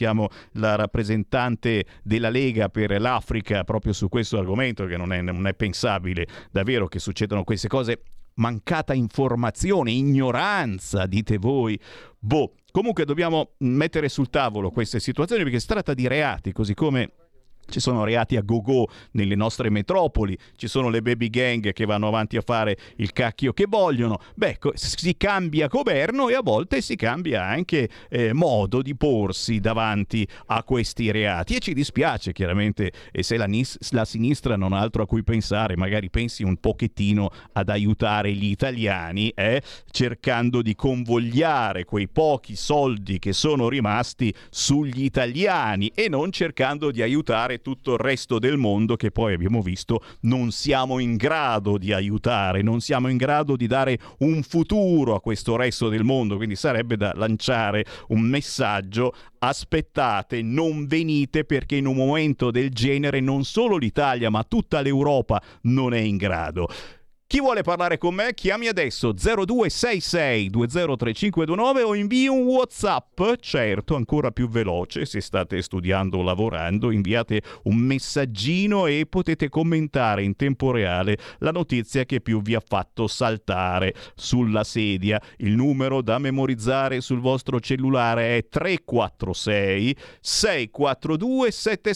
la rappresentante della Lega per l'Africa proprio su questo argomento, che non è pensabile davvero che succedano queste cose. Mancata informazione, ignoranza, dite voi. Comunque dobbiamo mettere sul tavolo queste situazioni, perché si tratta di reati, così come ci sono reati a go-go nelle nostre metropoli, ci sono le baby gang che vanno avanti a fare il cacchio che vogliono. Si cambia governo e a volte si cambia anche modo di porsi davanti a questi reati, e ci dispiace chiaramente se la sinistra non ha altro a cui pensare. Magari pensi un pochettino ad aiutare gli italiani, cercando di convogliare quei pochi soldi che sono rimasti sugli italiani e non cercando di aiutare tutto il resto del mondo, che poi abbiamo visto non siamo in grado di aiutare, non siamo in grado di dare un futuro a questo resto del mondo. Quindi sarebbe da lanciare un messaggio: aspettate, non venite, perché in un momento del genere non solo l'Italia ma tutta l'Europa non è in grado. Chi vuole parlare con me chiami adesso 0266 203529 o invii un WhatsApp, certo ancora più veloce se state studiando o lavorando. Inviate un messaggino e potete commentare in tempo reale la notizia che più vi ha fatto saltare sulla sedia. Il numero da memorizzare sul vostro cellulare è 346 642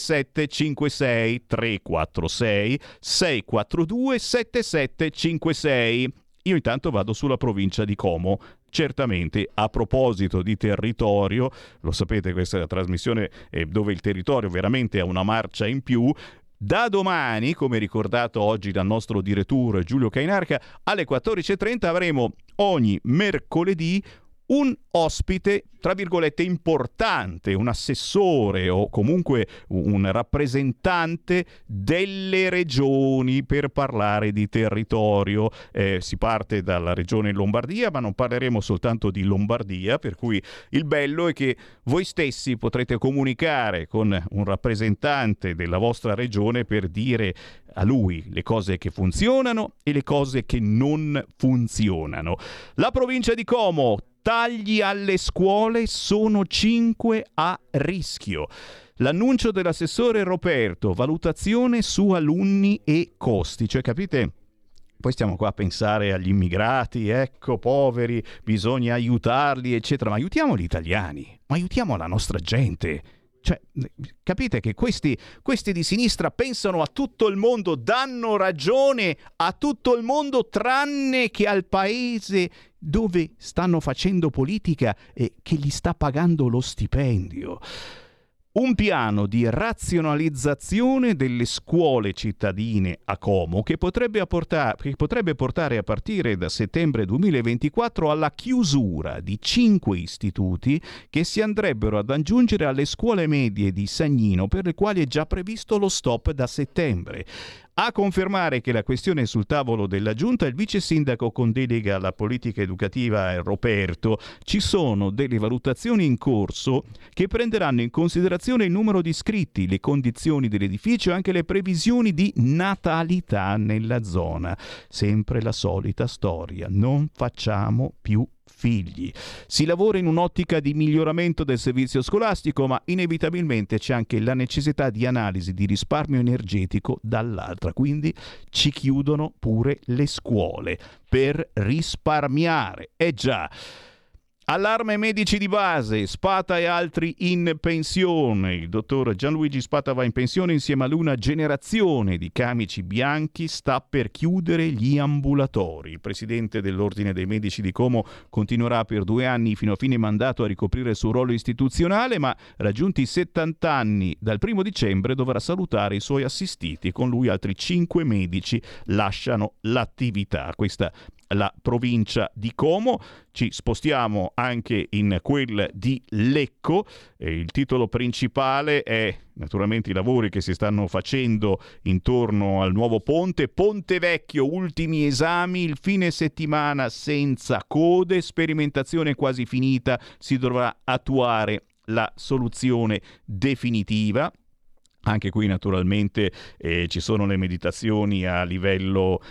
7756 346 642 7756. Io intanto vado sulla provincia di Como. Certamente, a proposito di territorio, lo sapete, questa è la trasmissione dove il territorio veramente ha una marcia in più. Da domani, come ricordato oggi dal nostro direttore Giulio Cainarca, alle 14.30 avremo ogni mercoledì un ospite, tra virgolette, importante, un assessore o comunque un rappresentante delle regioni, per parlare di territorio. Si parte dalla regione Lombardia, ma non parleremo soltanto di Lombardia, per cui il bello è che voi stessi potrete comunicare con un rappresentante della vostra regione per dire a lui le cose che funzionano e le cose che non funzionano. La provincia di Como: tagli alle scuole, sono 5 a rischio. L'annuncio dell'assessore Roberto: valutazione su alunni e costi. Cioè, capite? Poi stiamo qua a pensare agli immigrati, ecco, poveri, bisogna aiutarli, eccetera. Ma aiutiamo gli italiani, ma aiutiamo la nostra gente. Cioè, capite che questi di sinistra pensano a tutto il mondo, danno ragione a tutto il mondo, tranne che al paese dove stanno facendo politica e che gli sta pagando lo stipendio. Un piano di razionalizzazione delle scuole cittadine a Como che potrebbe portare a partire da settembre 2024 alla chiusura di 5 istituti che si andrebbero ad aggiungere alle scuole medie di Sagnino, per le quali è già previsto lo stop da settembre. A confermare che la questione è sul tavolo della Giunta il vice sindaco con delega alla politica educativa Roberto. Ci sono delle valutazioni in corso che prenderanno in considerazione il numero di iscritti, le condizioni dell'edificio e anche le previsioni di natalità nella zona. Sempre la solita storia, non facciamo più figli. Si lavora in un'ottica di miglioramento del servizio scolastico, ma inevitabilmente c'è anche la necessità di analisi di risparmio energetico dall'altra, quindi ci chiudono pure le scuole per risparmiare. Già. Allarme medici di base, Spata e altri in pensione. Il dottor Gianluigi Spata va in pensione insieme a lui. Una generazione di camici bianchi sta per chiudere gli ambulatori. Il presidente dell'Ordine dei Medici di Como continuerà per 2 anni fino a fine mandato a ricoprire il suo ruolo istituzionale, ma raggiunti i 70 anni dal 1 dicembre dovrà salutare i suoi assistiti. Con lui altri 5 medici lasciano l'attività. Questa la provincia di Como. Ci spostiamo anche in quel di Lecco. Il titolo principale è naturalmente i lavori che si stanno facendo intorno al nuovo ponte. Ponte Vecchio, ultimi esami, il fine settimana senza code, sperimentazione quasi finita, si dovrà attuare la soluzione definitiva. Anche qui naturalmente ci sono le meditazioni a livello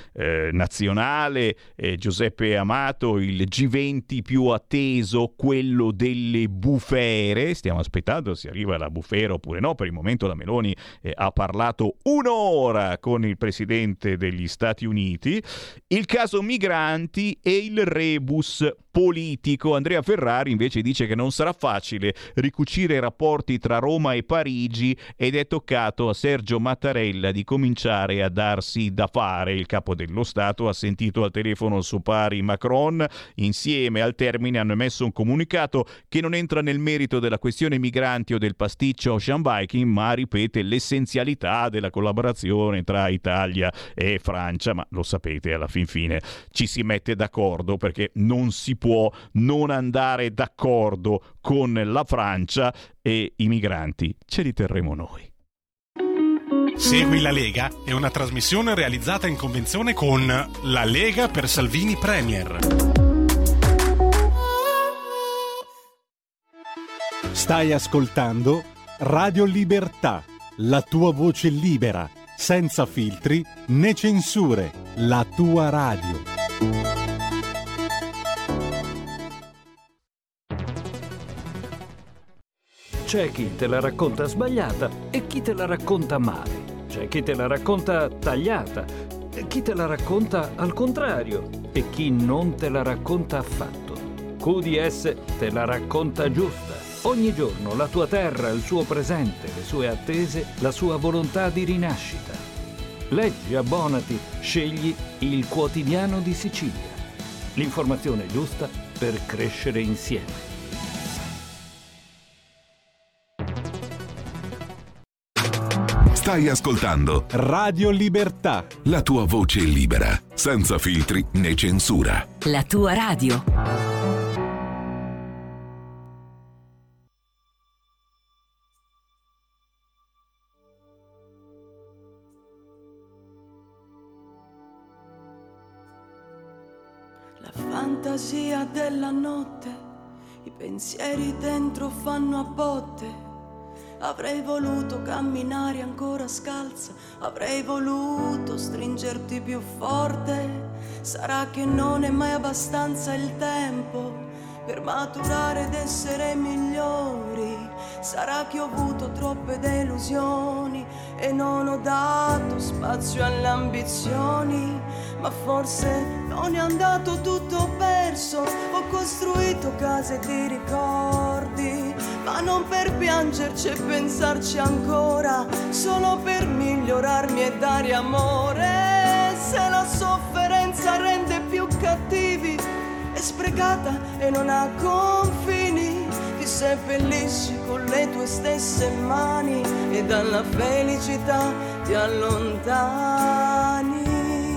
nazionale. Giuseppe Amato, il G20 più atteso, quello delle bufere. Stiamo aspettando se arriva la bufera oppure no. Per il momento la Meloni ha parlato 1 ora con il presidente degli Stati Uniti. Il caso migranti e il rebus politico. Andrea Ferrari invece dice che non sarà facile ricucire i rapporti tra Roma e Parigi ed è toccato a Sergio Mattarella di cominciare a darsi da fare. Il capo dello Stato ha sentito al telefono suo pari Macron. Insieme al termine hanno emesso un comunicato che non entra nel merito della questione migranti o del pasticcio Ocean Viking, ma ripete l'essenzialità della collaborazione tra Italia e Francia. Ma lo sapete, alla fin fine ci si mette d'accordo, perché non si può non andare d'accordo con la Francia, e i migranti ce li terremo noi. Segui la Lega è una trasmissione realizzata in convenzione con La Lega per Salvini Premier. Stai ascoltando Radio Libertà, la tua voce libera, senza filtri né censure, la tua radio. C'è chi te la racconta sbagliata e chi te la racconta male. C'è chi te la racconta tagliata e chi te la racconta al contrario e chi non te la racconta affatto. QDS te la racconta giusta. Ogni giorno la tua terra, il suo presente, le sue attese, la sua volontà di rinascita. Leggi, abbonati, scegli il Quotidiano di Sicilia. L'informazione giusta per crescere insieme. Stai ascoltando Radio Libertà, la tua voce libera, senza filtri né censura. La tua radio. La fantasia della notte, i pensieri dentro fanno a botte. Avrei voluto camminare ancora scalza, avrei voluto stringerti più forte. Sarà che non è mai abbastanza il tempo per maturare ed essere migliori. Sarà che ho avuto troppe delusioni e non ho dato spazio alle ambizioni. Ma forse non è andato tutto perso, ho costruito case di ricordi, ma non per piangerci e pensarci ancora, solo per migliorarmi e dare amore. Se la sofferenza rende più cattivi, è sprecata e non ha confini, ti seppellisci con le tue stesse mani e dalla felicità ti allontani,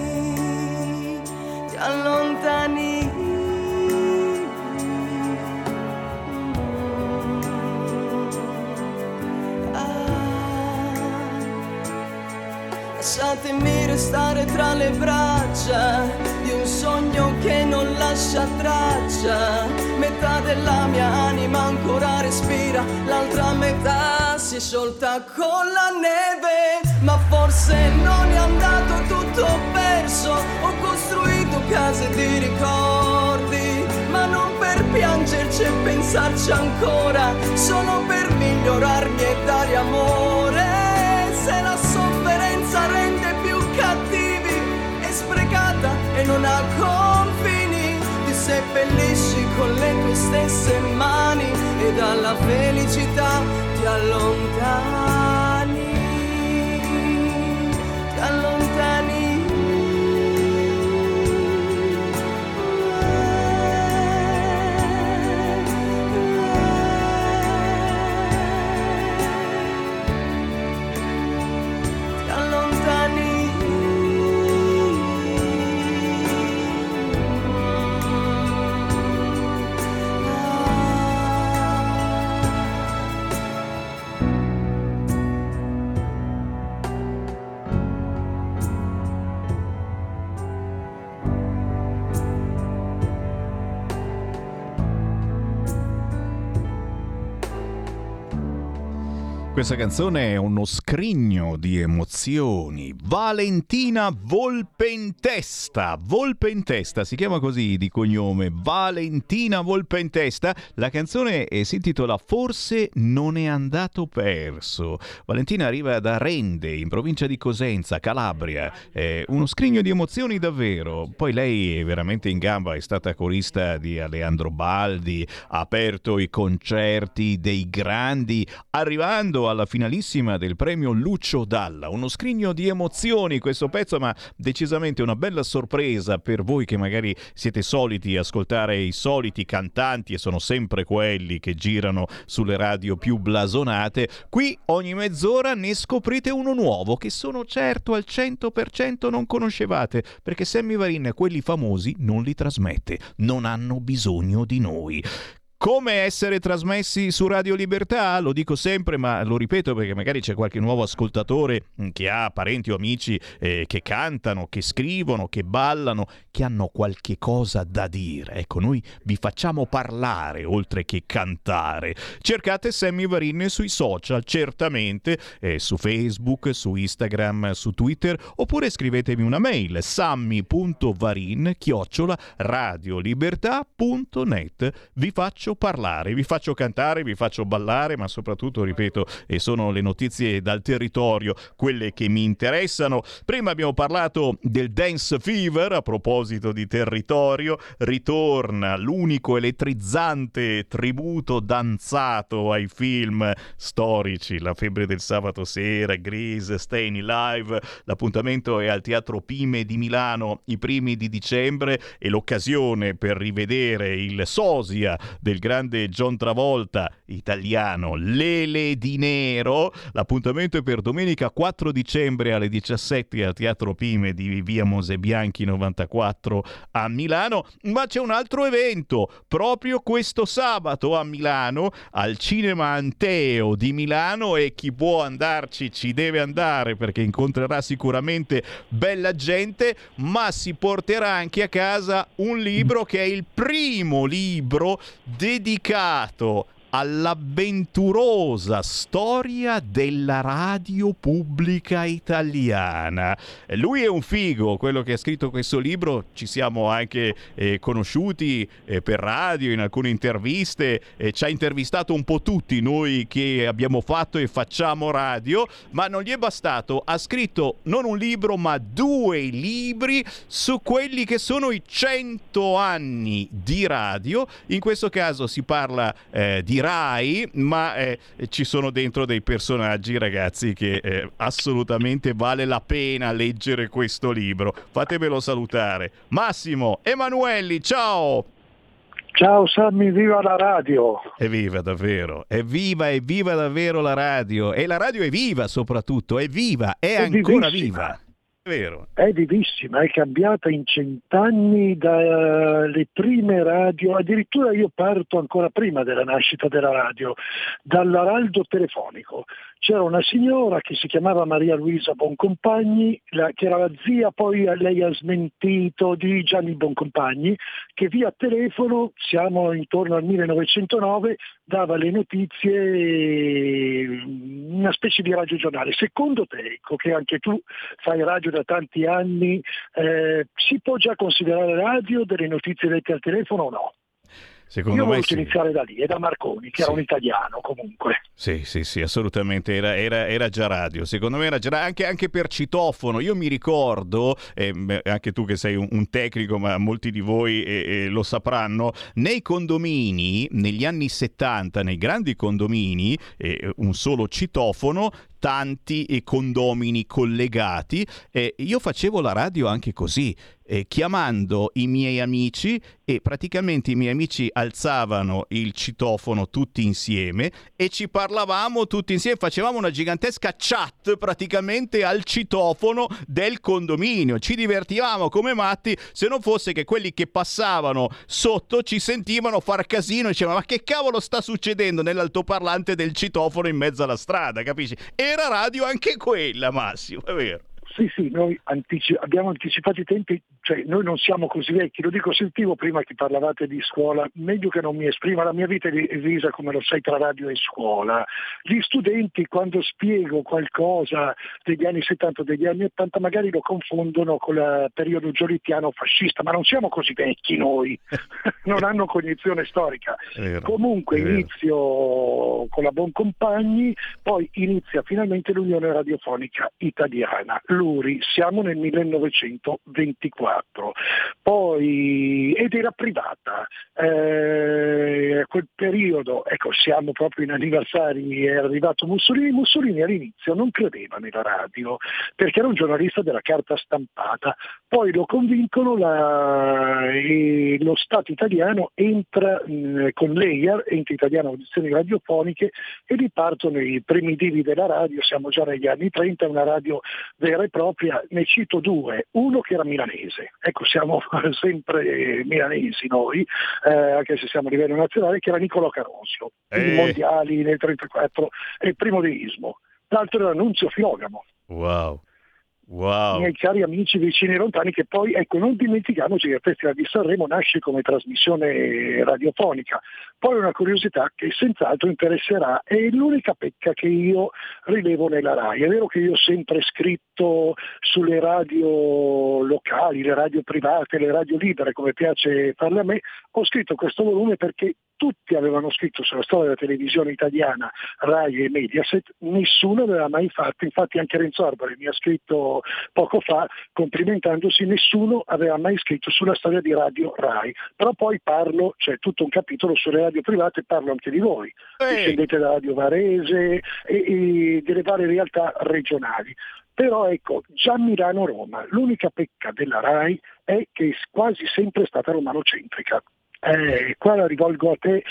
ti allontani. Lasciatemi restare tra le braccia di un sogno che non lascia traccia. Metà della mia anima ancora respira, l'altra metà si è sciolta con la neve. Ma forse non è andato tutto perso, ho costruito case di ricordi, ma non per piangerci e pensarci ancora, solo per migliorarmi e dare amore. Se la sofferenza rende più cattivi, è sprecata e non ha confini, ti seppellisci con le tue stesse mani e dalla felicità ti allontani, ti allontani. Questa canzone è uno scrigno di emozioni. Valentina Volpentesta. Volpentesta, si chiama così di cognome. Valentina Volpentesta. La canzone si intitola Forse non è andato perso. Valentina arriva da Rende, in provincia di Cosenza, Calabria. Uno scrigno di emozioni davvero. Poi lei è veramente in gamba, è stata corista di Aleandro Baldi, ha aperto i concerti dei grandi, arrivando alla finalissima del premio Lucio Dalla. Uno scrigno di emozioni questo pezzo, ma decisamente una bella sorpresa per voi che magari siete soliti ascoltare i soliti cantanti e sono sempre quelli che girano sulle radio più blasonate. Qui ogni mezz'ora ne scoprite uno nuovo che sono certo al 100% non conoscevate, perché Sammy Varin quelli famosi non li trasmette, non hanno bisogno di noi. Come essere trasmessi su Radio Libertà? Lo dico sempre, ma lo ripeto perché magari c'è qualche nuovo ascoltatore che ha parenti o amici che cantano, che scrivono, che ballano, che hanno qualche cosa da dire. Ecco, noi vi facciamo parlare oltre che cantare. Cercate Sammy Varin sui social, certamente, su Facebook, su Instagram, su Twitter, oppure scrivetemi una mail, sammy.varin@radiolibertà.net. Vi faccio parlare, vi faccio cantare, vi faccio ballare, ma soprattutto, ripeto, sono le notizie dal territorio quelle che mi interessano. Prima abbiamo parlato del Dance Fever, a proposito di territorio, ritorna l'unico elettrizzante tributo danzato ai film storici, La febbre del sabato sera, Grease, Staying Live. L'appuntamento è al Teatro Pime di Milano i primi di dicembre e l'occasione per rivedere il sosia del grande John Travolta italiano, Lele di Nero. L'appuntamento è per domenica 4 dicembre alle 17 al Teatro Pime di via Mosebianchi 94 a Milano. Ma c'è un altro evento proprio questo sabato a Milano, al Cinema Anteo di Milano, e chi può andarci ci deve andare perché incontrerà sicuramente bella gente, ma si porterà anche a casa un libro che è il primo libro dedicato all'avventurosa storia della radio pubblica italiana. Lui è un figo, quello che ha scritto questo libro. Ci siamo anche conosciuti per radio, in alcune interviste, ci ha intervistato un po' tutti noi che abbiamo fatto e facciamo radio, ma non gli è bastato, ha scritto non un libro ma 2 libri su quelli che sono i 100 anni di radio. In questo caso si parla di Rai, ma ci sono dentro dei personaggi, ragazzi, che assolutamente vale la pena leggere questo libro. Fatemelo salutare. Massimo Emanuelli, ciao! Ciao Sammy, viva la radio! Evviva davvero, evviva davvero la radio, e la radio è viva soprattutto, è viva, è ancora viva. Vero. È vivissima, è cambiata in 100 anni dalle prime radio, addirittura io parto ancora prima della nascita della radio, dall'araldo telefonico, c'era una signora che si chiamava Maria Luisa Boncompagni, che era la zia, poi lei ha smentito, di Gianni Boncompagni, che via telefono, siamo intorno al 1909, dava le notizie, una specie di radiogiornale. Secondo te, ecco, che anche tu fai radio da tanti anni, si può già considerare radio delle notizie dette al telefono o no? Secondo Io me voglio sì. iniziare da lì, e da Marconi, che era un italiano comunque. Sì, assolutamente, era già radio, secondo me era già anche per citofono. Io mi ricordo, anche tu che sei un tecnico, ma molti di voi lo sapranno, nei condomini, negli anni 70, nei grandi condomini, un solo citofono, tanti condomini collegati, io facevo la radio anche così, chiamando i miei amici, e praticamente i miei amici alzavano il citofono tutti insieme e ci parlavamo tutti insieme, facevamo una gigantesca chat praticamente al citofono del condominio, ci divertivamo come matti, se non fosse che quelli che passavano sotto ci sentivano far casino e dicevano: ma che cavolo sta succedendo nell'altoparlante del citofono in mezzo alla strada, capisci? Era radio anche quella, Massimo, è vero. Sì, noi abbiamo anticipato i tempi, cioè noi non siamo così vecchi, lo dico, sentivo prima che parlavate di scuola, meglio che non mi esprima, la mia vita è divisa, come lo sai, tra radio e scuola. Gli studenti, quando spiego qualcosa degli anni 70, degli anni 80, magari lo confondono con il periodo giolittiano fascista, ma non siamo così vecchi noi, non hanno cognizione storica. Comunque inizio con la Boncompagni, poi inizia finalmente l'Unione Radiofonica Italiana. L'URI, siamo nel 1924, poi, ed era privata, a quel periodo, ecco, siamo proprio in anniversari, è arrivato Mussolini all'inizio non credeva nella radio, perché era un giornalista della carta stampata, poi lo convincono, e lo Stato italiano entra con l'EIAR, Ente Italiano Audizioni Radiofoniche, e ripartono i primi divi della radio, siamo già negli anni 30, una radio vera e propria. Ne cito due, uno che era milanese, ecco, siamo sempre milanesi noi, anche se siamo a livello nazionale, che era Nicolò Carosio, i mondiali nel 1934 e il primo deismo. L'altro era Nunzio Filogamo. Wow. Miei cari amici vicini e lontani, che poi, ecco, non dimentichiamoci che il Festival di Sanremo nasce come trasmissione radiofonica. Poi una curiosità che senz'altro interesserà, è l'unica pecca che io rilevo nella RAI. È vero che io ho sempre scritto sulle radio locali, le radio private, le radio libere, come piace farle a me, ho scritto questo volume perché tutti avevano scritto sulla storia della televisione italiana, RAI e Mediaset, nessuno aveva mai fatto, infatti anche Renzo Arbore mi ha scritto poco fa complimentandosi, nessuno aveva mai scritto sulla storia di Radio RAI, però poi parlo, c'è tutto un capitolo sulle radio private, parlo anche di voi, discendete da Radio Varese e delle varie realtà regionali. Però ecco, già Milano-Roma, l'unica pecca della RAI è che è quasi sempre stata romanocentrica. Qua la rivolgo a te,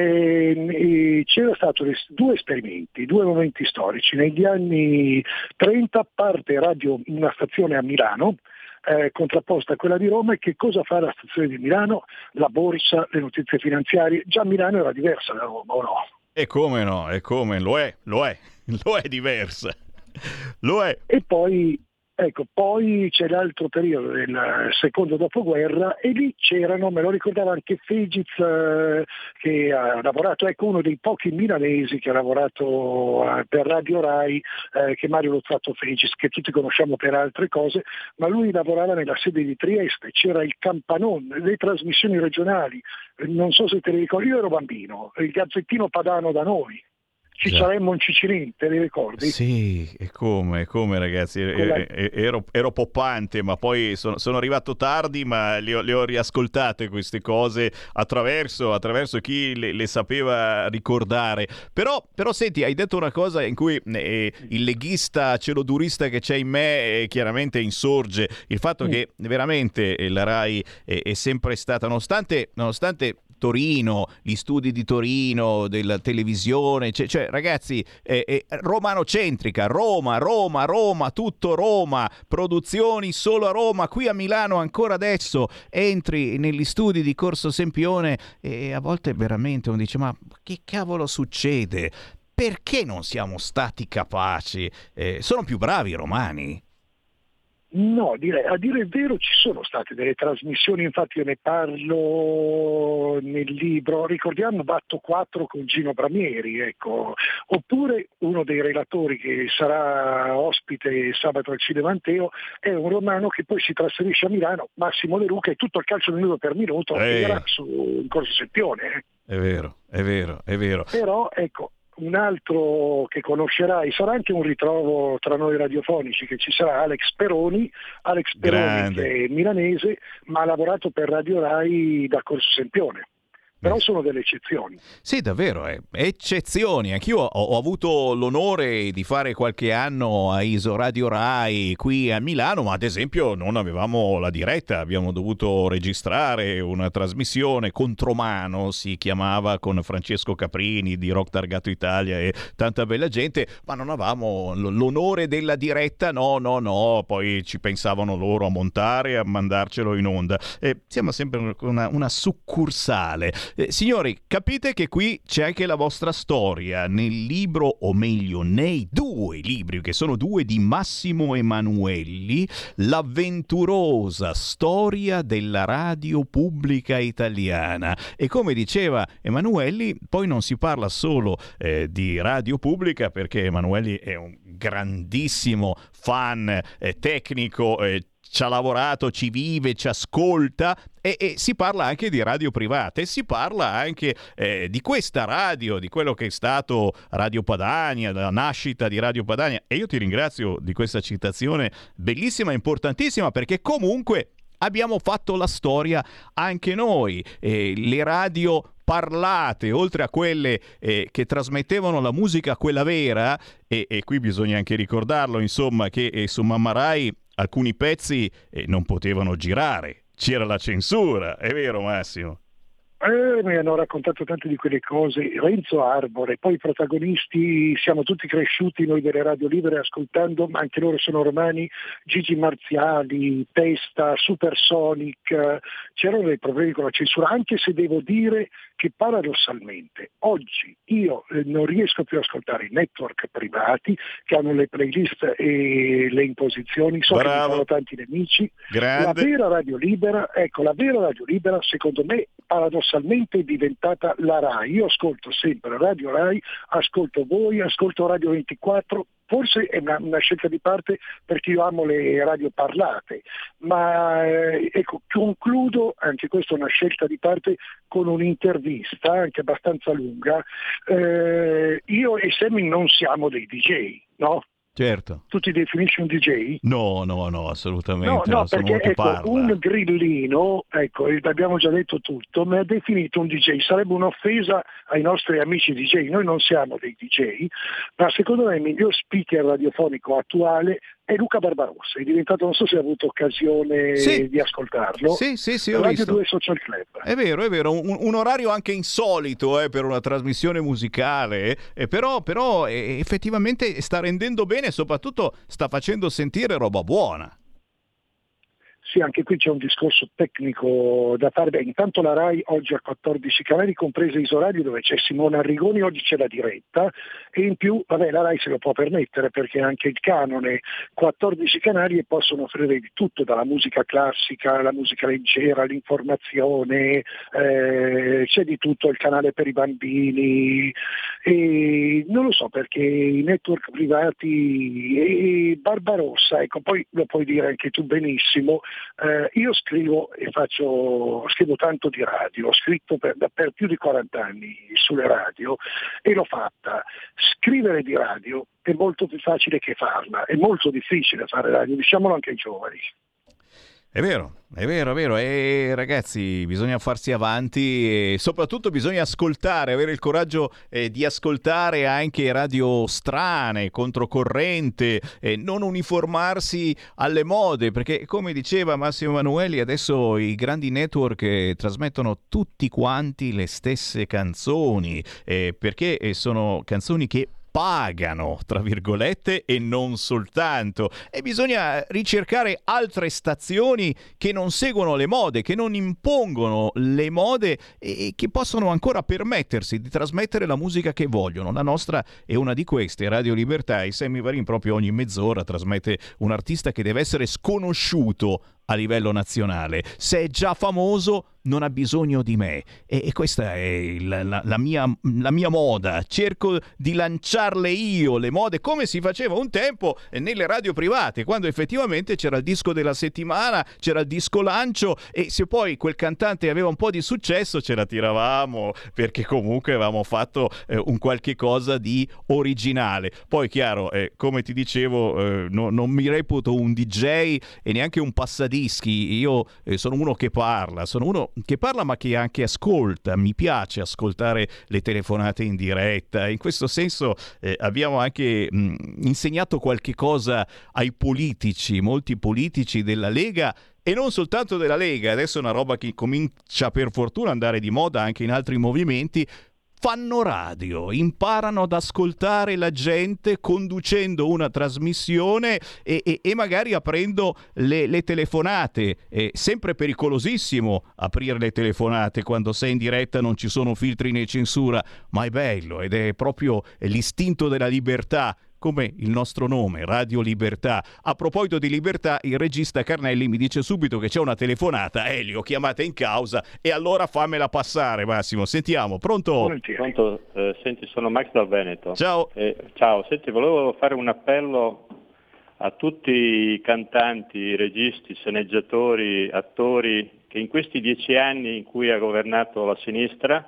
c'era stato due esperimenti, due momenti storici. Negli anni 30 parte una stazione a Milano, contrapposta a quella di Roma, e che cosa fa la stazione di Milano? La borsa, le notizie finanziarie. Già Milano era diversa da Roma, o no? E come no, lo è diversa, lo è. E poi c'è l'altro periodo del secondo dopoguerra, e lì c'erano, me lo ricordava anche Fegiz, che ha lavorato, ecco, uno dei pochi milanesi che ha lavorato per Radio Rai, che è Mario Lozzato Fegiz, che tutti conosciamo per altre cose, ma lui lavorava nella sede di Trieste, c'era il Campanone, le trasmissioni regionali, non so se te le ricordi, io ero bambino, il Gazzettino Padano da noi. Saremmo un Cicilin, te li ricordi? Sì, e come ragazzi, ero poppante, ma poi sono arrivato tardi, ma le ho riascoltate queste cose attraverso chi le sapeva ricordare. Però senti, hai detto una cosa in cui il leghista celodurista che c'è in me chiaramente insorge, il fatto che veramente la RAI è sempre stata, nonostante Torino, gli studi di Torino, della televisione, cioè ragazzi, romanocentrica, Roma, tutto Roma, produzioni solo a Roma. Qui a Milano ancora adesso entri negli studi di Corso Sempione e a volte veramente uno dice: ma che cavolo succede? perché non siamo stati capaci? Sono più bravi i romani? No, direi, a dire il vero ci sono state delle trasmissioni, infatti io ne parlo nel libro, ricordiamo Batto 4 con Gino Bramieri, ecco, oppure uno dei relatori che sarà ospite sabato al Cinema Anteo è un romano che poi si trasferisce a Milano, Massimo De Luca, e tutto il calcio minuto per minuto era in Corso Seppione. È vero, è vero, è vero. Però ecco, un altro che conoscerai, sarà anche un ritrovo tra noi radiofonici, che ci sarà Alex Peroni Grande. Che è milanese ma ha lavorato per Radio Rai da Corso Sempione. Però sono delle eccezioni. Sì, davvero, eccezioni. Anch'io ho avuto l'onore di fare qualche anno a Iso Radio Rai qui a Milano, ma ad esempio non avevamo la diretta, abbiamo dovuto registrare una trasmissione, Contromano si chiamava, con Francesco Caprini di Rock Targato Italia e tanta bella gente, ma non avevamo l'onore della diretta, no, poi ci pensavano loro a montare, a mandarcelo in onda. Siamo sempre una succursale. Signori, capite che qui c'è anche la vostra storia nel libro, o meglio nei due libri, che sono due di Massimo Emanuelli, L'avventurosa storia della radio pubblica italiana. E come diceva Emanuelli, poi non si parla solo di radio pubblica, perché Emanuelli è un grandissimo fan tecnico, ci ha lavorato, ci vive, ci ascolta, e si parla anche di radio private, si parla anche di questa radio, di quello che è stato Radio Padania, della nascita di Radio Padania. E io ti ringrazio di questa citazione bellissima e importantissima, perché comunque abbiamo fatto la storia anche noi. Le radio parlate, oltre a quelle che trasmettevano la musica, quella vera, e qui bisogna anche ricordarlo, insomma, che su Mamma Rai alcuni pezzi non potevano girare, c'era la censura, è vero Massimo? Mi hanno raccontato tante di quelle cose, Renzo Arbore, poi i protagonisti, siamo tutti cresciuti noi delle radio libere ascoltando, ma anche loro sono romani, Gigi Marziali, Testa, Supersonic, c'erano dei problemi con la censura, anche se devo dire che paradossalmente oggi io non riesco più ad ascoltare i network privati che hanno le playlist e le imposizioni, so che mi fanno tanti nemici. Grande. La vera radio libera secondo me paradossalmente è diventata la Rai. Io ascolto sempre Radio Rai, ascolto voi, ascolto Radio 24, forse è una scelta di parte perché io amo le radio parlate, ma ecco, concludo, anche questa è una scelta di parte, con un'intervista anche abbastanza lunga. Io e Sammy non siamo dei DJ, no? Certo. Tu ti definisci un DJ? No, assolutamente. No, sono perché ecco, parla. un grillino, ecco, abbiamo già detto tutto, mi ha definito un DJ, sarebbe un'offesa ai nostri amici DJ, noi non siamo dei DJ, ma secondo me il miglior speaker radiofonico attuale è Luca Barbarossa, è diventato, non so se hai avuto occasione di ascoltarlo. Sì, ho Radio visto. 2 Social Club. È vero, un orario anche insolito per una trasmissione musicale, però effettivamente sta rendendo bene e soprattutto sta facendo sentire roba buona. Sì, anche qui c'è un discorso tecnico da fare. Intanto la Rai oggi ha 14 canali, comprese Isoradio, dove c'è Simona Arrigoni, oggi c'è la diretta, e in più, la Rai se lo può permettere perché anche il canone, 14 canali e possono offrire di tutto, dalla musica classica, alla musica leggera, l'informazione, c'è di tutto, il canale per i bambini, e non lo so perché i network privati e Barbarossa, ecco, poi lo puoi dire anche tu benissimo. Io scrivo tanto di radio, ho scritto per più di 40 anni sulle radio e l'ho fatta. Scrivere di radio è molto più facile che farla, è molto difficile fare radio, diciamolo anche ai giovani. È vero, e ragazzi bisogna farsi avanti e soprattutto bisogna ascoltare, avere il coraggio di ascoltare anche radio strane, controcorrente, non uniformarsi alle mode, perché come diceva Massimo Emanuelli adesso i grandi network trasmettono tutti quanti le stesse canzoni, perché sono canzoni che pagano, tra virgolette, e non soltanto. E bisogna ricercare altre stazioni che non seguono le mode, che non impongono le mode e che possono ancora permettersi di trasmettere la musica che vogliono. La nostra è una di queste, Radio Libertà, e Sammy Varin proprio ogni mezz'ora trasmette un artista che deve essere sconosciuto a livello nazionale. Se è già famoso non ha bisogno di me, e questa è la mia moda. Cerco di lanciarle io le mode come si faceva un tempo nelle radio private, quando effettivamente c'era il disco della settimana, c'era il disco lancio, e se poi quel cantante aveva un po' di successo ce la tiravamo, perché comunque avevamo fatto un qualche cosa di originale. Poi chiaro, come ti dicevo, non mi reputo un DJ e neanche un passadischi. Io sono uno che parla, ma che anche ascolta. Mi piace ascoltare le telefonate in diretta. In questo senso abbiamo anche insegnato qualche cosa ai politici, molti politici della Lega, e non soltanto della Lega. Adesso è una roba che comincia per fortuna ad andare di moda anche in altri movimenti. Fanno radio, imparano ad ascoltare la gente conducendo una trasmissione e magari aprendo le telefonate. È sempre pericolosissimo aprire le telefonate quando sei in diretta, non ci sono filtri né censura, ma è bello ed è proprio l'istinto della libertà, come il nostro nome, Radio Libertà. A proposito di libertà, il regista Carnelli mi dice subito che c'è una telefonata, li ho chiamate in causa, e allora fammela passare, Massimo. Sentiamo, pronto? Pronto, senti, sono Max dal Veneto. Ciao. Ciao, senti, volevo fare un appello a tutti i cantanti, registi, sceneggiatori, attori che in questi 10 anni in cui ha governato la sinistra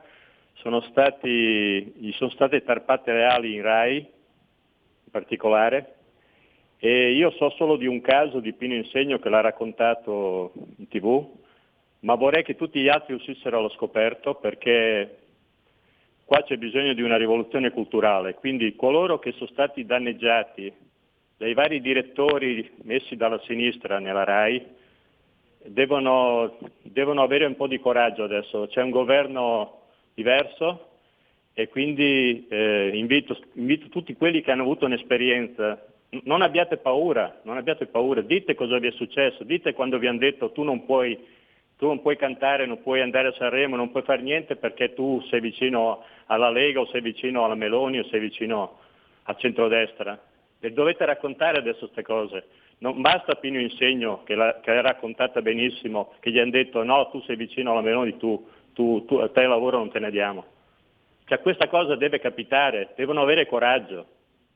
gli sono state tarpate le ali in Rai, particolare, e io so solo di un caso di Pino Insegno che l'ha raccontato in TV, ma vorrei che tutti gli altri uscissero allo scoperto, perché qua c'è bisogno di una rivoluzione culturale. Quindi coloro che sono stati danneggiati dai vari direttori messi dalla sinistra nella Rai devono avere un po' di coraggio adesso. C'è un governo diverso, e quindi invito tutti quelli che hanno avuto un'esperienza, non abbiate paura, dite cosa vi è successo, dite quando vi hanno detto tu non puoi cantare, non puoi andare a Sanremo, non puoi fare niente perché tu sei vicino alla Lega o sei vicino alla Meloni o sei vicino a centrodestra. E dovete raccontare adesso queste cose. Non basta Pino Insegno che l'ha raccontata benissimo, che gli hanno detto no, tu sei vicino alla Meloni, a te il lavoro non te ne diamo. Cioè questa cosa deve capitare, devono avere coraggio.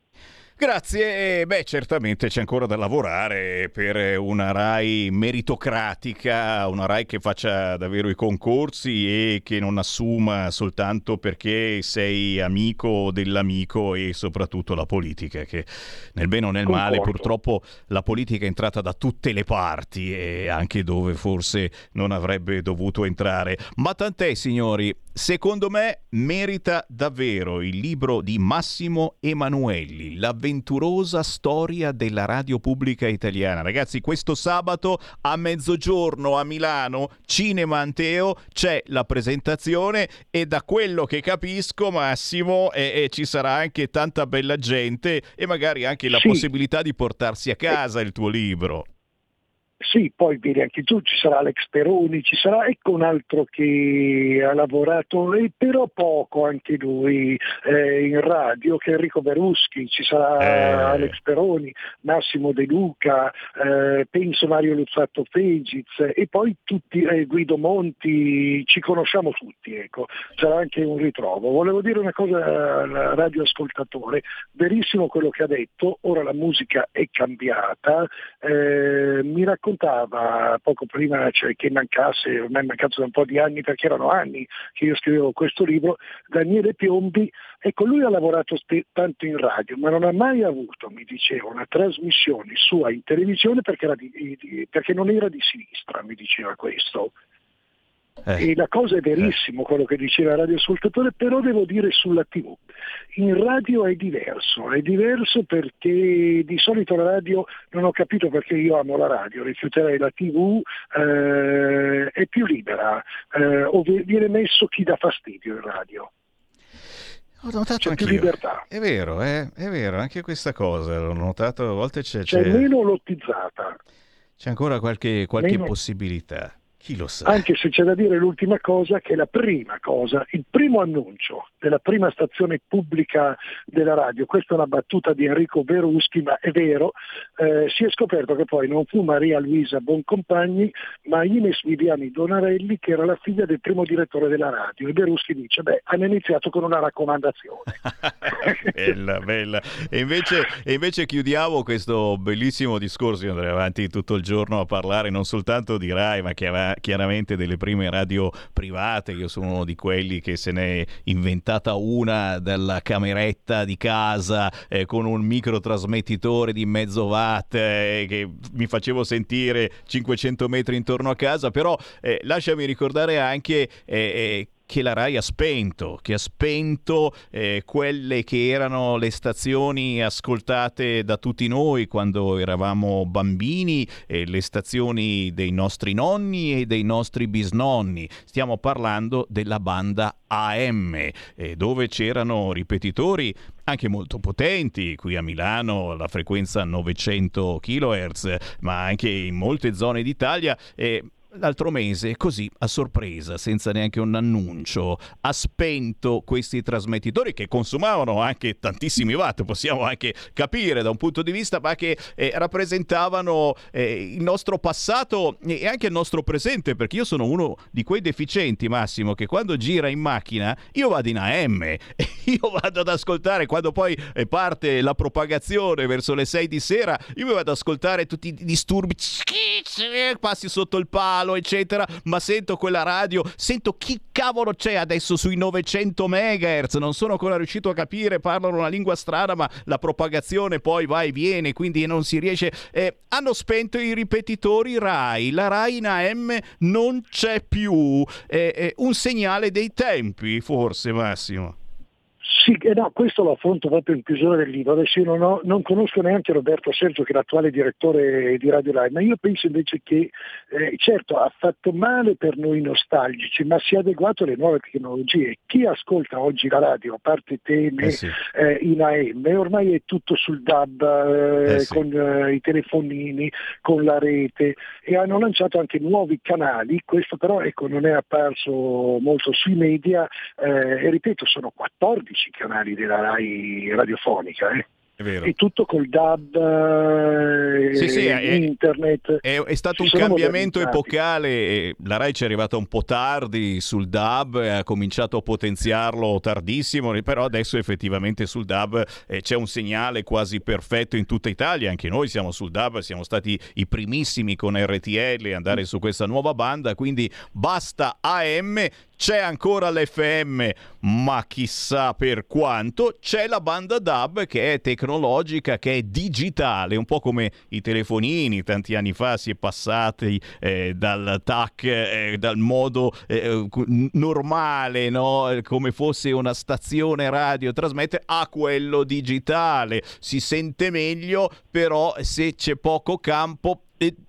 Grazie, certamente c'è ancora da lavorare per una Rai meritocratica, una Rai che faccia davvero i concorsi e che non assuma soltanto perché sei amico dell'amico, e soprattutto la politica, che nel bene o nel male purtroppo la politica è entrata da tutte le parti, e anche dove forse non avrebbe dovuto entrare. Ma tant'è, signori, secondo me merita davvero il libro di Massimo Emanuelli, L'avventurosa storia della radio pubblica italiana. Ragazzi, questo sabato a mezzogiorno a Milano, Cinema Anteo, c'è la presentazione, e da quello che capisco, Massimo, ci sarà anche tanta bella gente e magari anche la possibilità di portarsi a casa il tuo libro. Sì, poi vieni anche tu, ci sarà Alex Peroni, ci sarà un altro che ha lavorato però poco anche lui in radio, che è Enrico Beruschi, ci sarà Alex Peroni, Massimo De Luca, penso Mario Luzzatto Fegiz, e poi tutti, Guido Monti, ci conosciamo tutti, ecco. Sarà anche un ritrovo. Volevo dire una cosa al radioascoltatore, verissimo quello che ha detto, ora la musica è cambiata, mi raccontava poco prima che mancasse, ormai è mancato da un po' di anni, perché erano anni che io scrivevo questo libro, Daniele Piombi. Ecco, lui ha lavorato tanto in radio, ma non ha mai avuto, mi diceva, una trasmissione sua in televisione perché non era di sinistra, mi diceva questo. E la cosa è verissimo quello che diceva il radioascoltatore, però devo dire sulla TV. In radio è diverso perché di solito la radio, non ho capito perché io amo la radio, rifiuterei la TV, è più libera, o viene messo chi dà fastidio in radio. Ho notato c'è anch'io. più libertà. È vero, anche questa cosa l'ho notato, a volte c'è meno lottizzata. C'è ancora qualche Meno... possibilità. Chi lo sa? Anche se c'è da dire l'ultima cosa, che la prima cosa, il primo annuncio della prima stazione pubblica della radio, questa è una battuta di Enrico Beruschi, ma è vero, si è scoperto che poi non fu Maria Luisa Boncompagni, ma Ines Viviani Donarelli, che era la figlia del primo direttore della radio. E Beruschi dice, hanno iniziato con una raccomandazione. Bella. E invece chiudiamo questo bellissimo discorso. Io andrei avanti tutto il giorno a parlare non soltanto di Rai, ma chiaramente delle prime radio private. Io sono uno di quelli che se ne è inventata una dalla cameretta di casa con un microtrasmettitore di mezzo watt che mi facevo sentire 500 metri intorno a casa. Però lasciami ricordare anche che la Rai ha spento quelle che erano le stazioni ascoltate da tutti noi quando eravamo bambini, le stazioni dei nostri nonni e dei nostri bisnonni. Stiamo parlando della banda AM, dove c'erano ripetitori anche molto potenti. Qui a Milano la frequenza 900 kHz, ma anche in molte zone d'Italia. L'altro mese, così a sorpresa, senza neanche un annuncio, ha spento questi trasmettitori che consumavano anche tantissimi watt, possiamo anche capire da un punto di vista, ma che rappresentavano il nostro passato e anche il nostro presente, perché io sono uno di quei deficienti, Massimo, che quando gira in macchina io vado in AM, io vado ad ascoltare, quando poi parte la propagazione verso le 6 di sera, io mi vado ad ascoltare tutti i disturbi, passi sotto il palo, eccetera, ma sento quella radio, sento chi cavolo c'è adesso sui 900 MHz, non sono ancora riuscito a capire, parlano una lingua strana, ma la propagazione poi va e viene, quindi non si riesce. Hanno spento i ripetitori Rai, la Rai in AM non c'è più, un segnale dei tempi forse, Massimo. Sì, no, questo lo affronto proprio in chiusura del libro. Adesso io non conosco neanche Roberto Sergio, che è l'attuale direttore di Radio Rai, ma io penso invece che certo ha fatto male per noi nostalgici, ma si è adeguato alle nuove tecnologie. Chi ascolta oggi la radio, a parte te, in AM, ormai è tutto sul DAB, con i telefonini, con la rete, e hanno lanciato anche nuovi canali. Questo però non è apparso molto sui media, e ripeto, sono 14 canali della Rai radiofonica, È vero. E tutto col DAB, internet. È stato un cambiamento epocale. La Rai ci è arrivata un po' tardi sul DAB, ha cominciato a potenziarlo tardissimo, però adesso effettivamente sul DAB c'è un segnale quasi perfetto in tutta Italia. Anche noi siamo sul DAB, siamo stati i primissimi con RTL andare su questa nuova banda, quindi basta AM. C'è ancora l'FM, ma chissà per quanto. C'è la banda DAB, che è tecnologica, che è digitale, un po' come i telefonini. Tanti anni fa si è passati dal TAC, dal modo normale, no? Come fosse una stazione radio trasmette, a quello digitale. Si sente meglio, però se c'è poco campo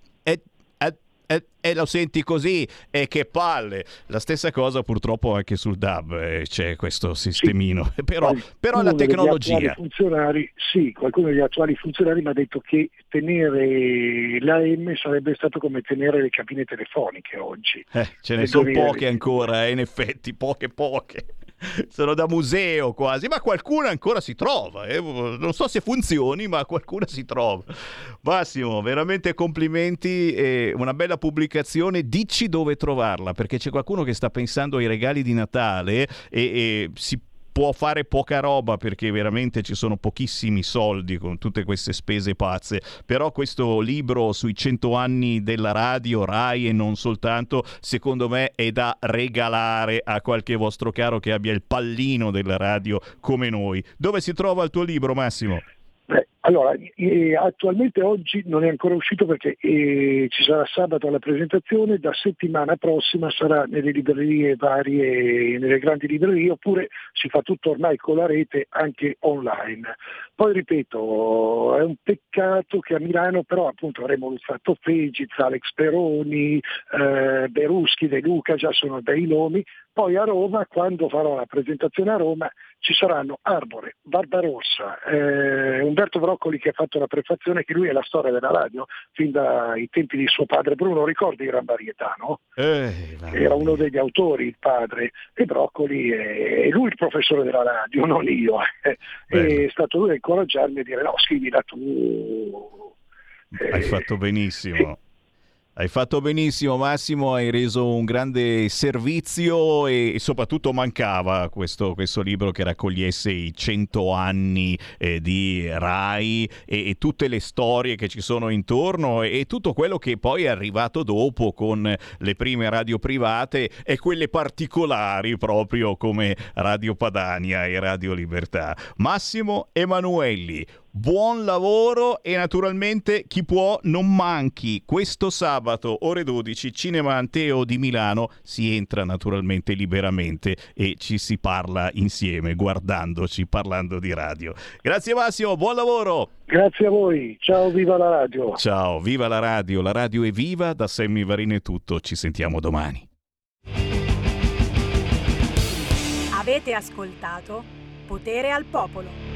e lo senti così, e che palle. La stessa cosa purtroppo anche sul DAB, c'è questo sistemino, però la tecnologia. Qualcuno degli attuali funzionari mi ha detto che tenere l'AM sarebbe stato come tenere le cabine telefoniche oggi. Ce ne sono poche ancora, in effetti, poche. Sono da museo quasi, ma qualcuna ancora si trova, non so se funzioni, ma qualcuna si trova. Massimo, veramente complimenti, una bella pubblicazione. Dici dove trovarla, perché c'è qualcuno che sta pensando ai regali di Natale e si può fare poca roba, perché veramente ci sono pochissimi soldi con tutte queste spese pazze. Però questo libro sui 100 anni della radio Rai e non soltanto, secondo me è da regalare a qualche vostro caro che abbia il pallino della radio come noi. Dove si trova il tuo libro, Massimo? Allora, attualmente oggi non è ancora uscito perché ci sarà sabato la presentazione, da settimana prossima sarà nelle librerie varie, nelle grandi librerie, oppure si fa tutto ormai con la rete anche online. Poi ripeto, è un peccato che a Milano però appunto avremo fatto Fegiz, Alex Peroni, Beruschi, De Luca, già sono bei nomi. Poi a Roma, quando farò la presentazione a Roma, ci saranno Arbore, Barbarossa, Umberto Broccoli che ha fatto la prefazione, che lui è la storia della radio fin dai tempi di suo padre Bruno, ricordi Gran Varietà, no? Era uno degli autori, il padre, e Broccoli è lui il professore della radio, non io. È stato lui a incoraggiarmi a dire no, scrivila tu. Hai fatto benissimo. Hai fatto benissimo Massimo, hai reso un grande servizio e soprattutto mancava questo libro che raccogliesse i 100 anni di Rai e tutte le storie che ci sono intorno e tutto quello che poi è arrivato dopo con le prime radio private e quelle particolari proprio come Radio Padania e Radio Libertà. Massimo Emanuelli, buon lavoro e naturalmente chi può non manchi questo sabato ore 12 Cinema Anteo di Milano, si entra naturalmente liberamente e ci si parla insieme guardandoci, parlando di radio. Grazie Massimo, buon lavoro. Grazie a voi, ciao, viva la radio. Ciao, viva la radio è viva. Da Sammy Varin è tutto, ci sentiamo domani. Avete ascoltato Potere al Popolo.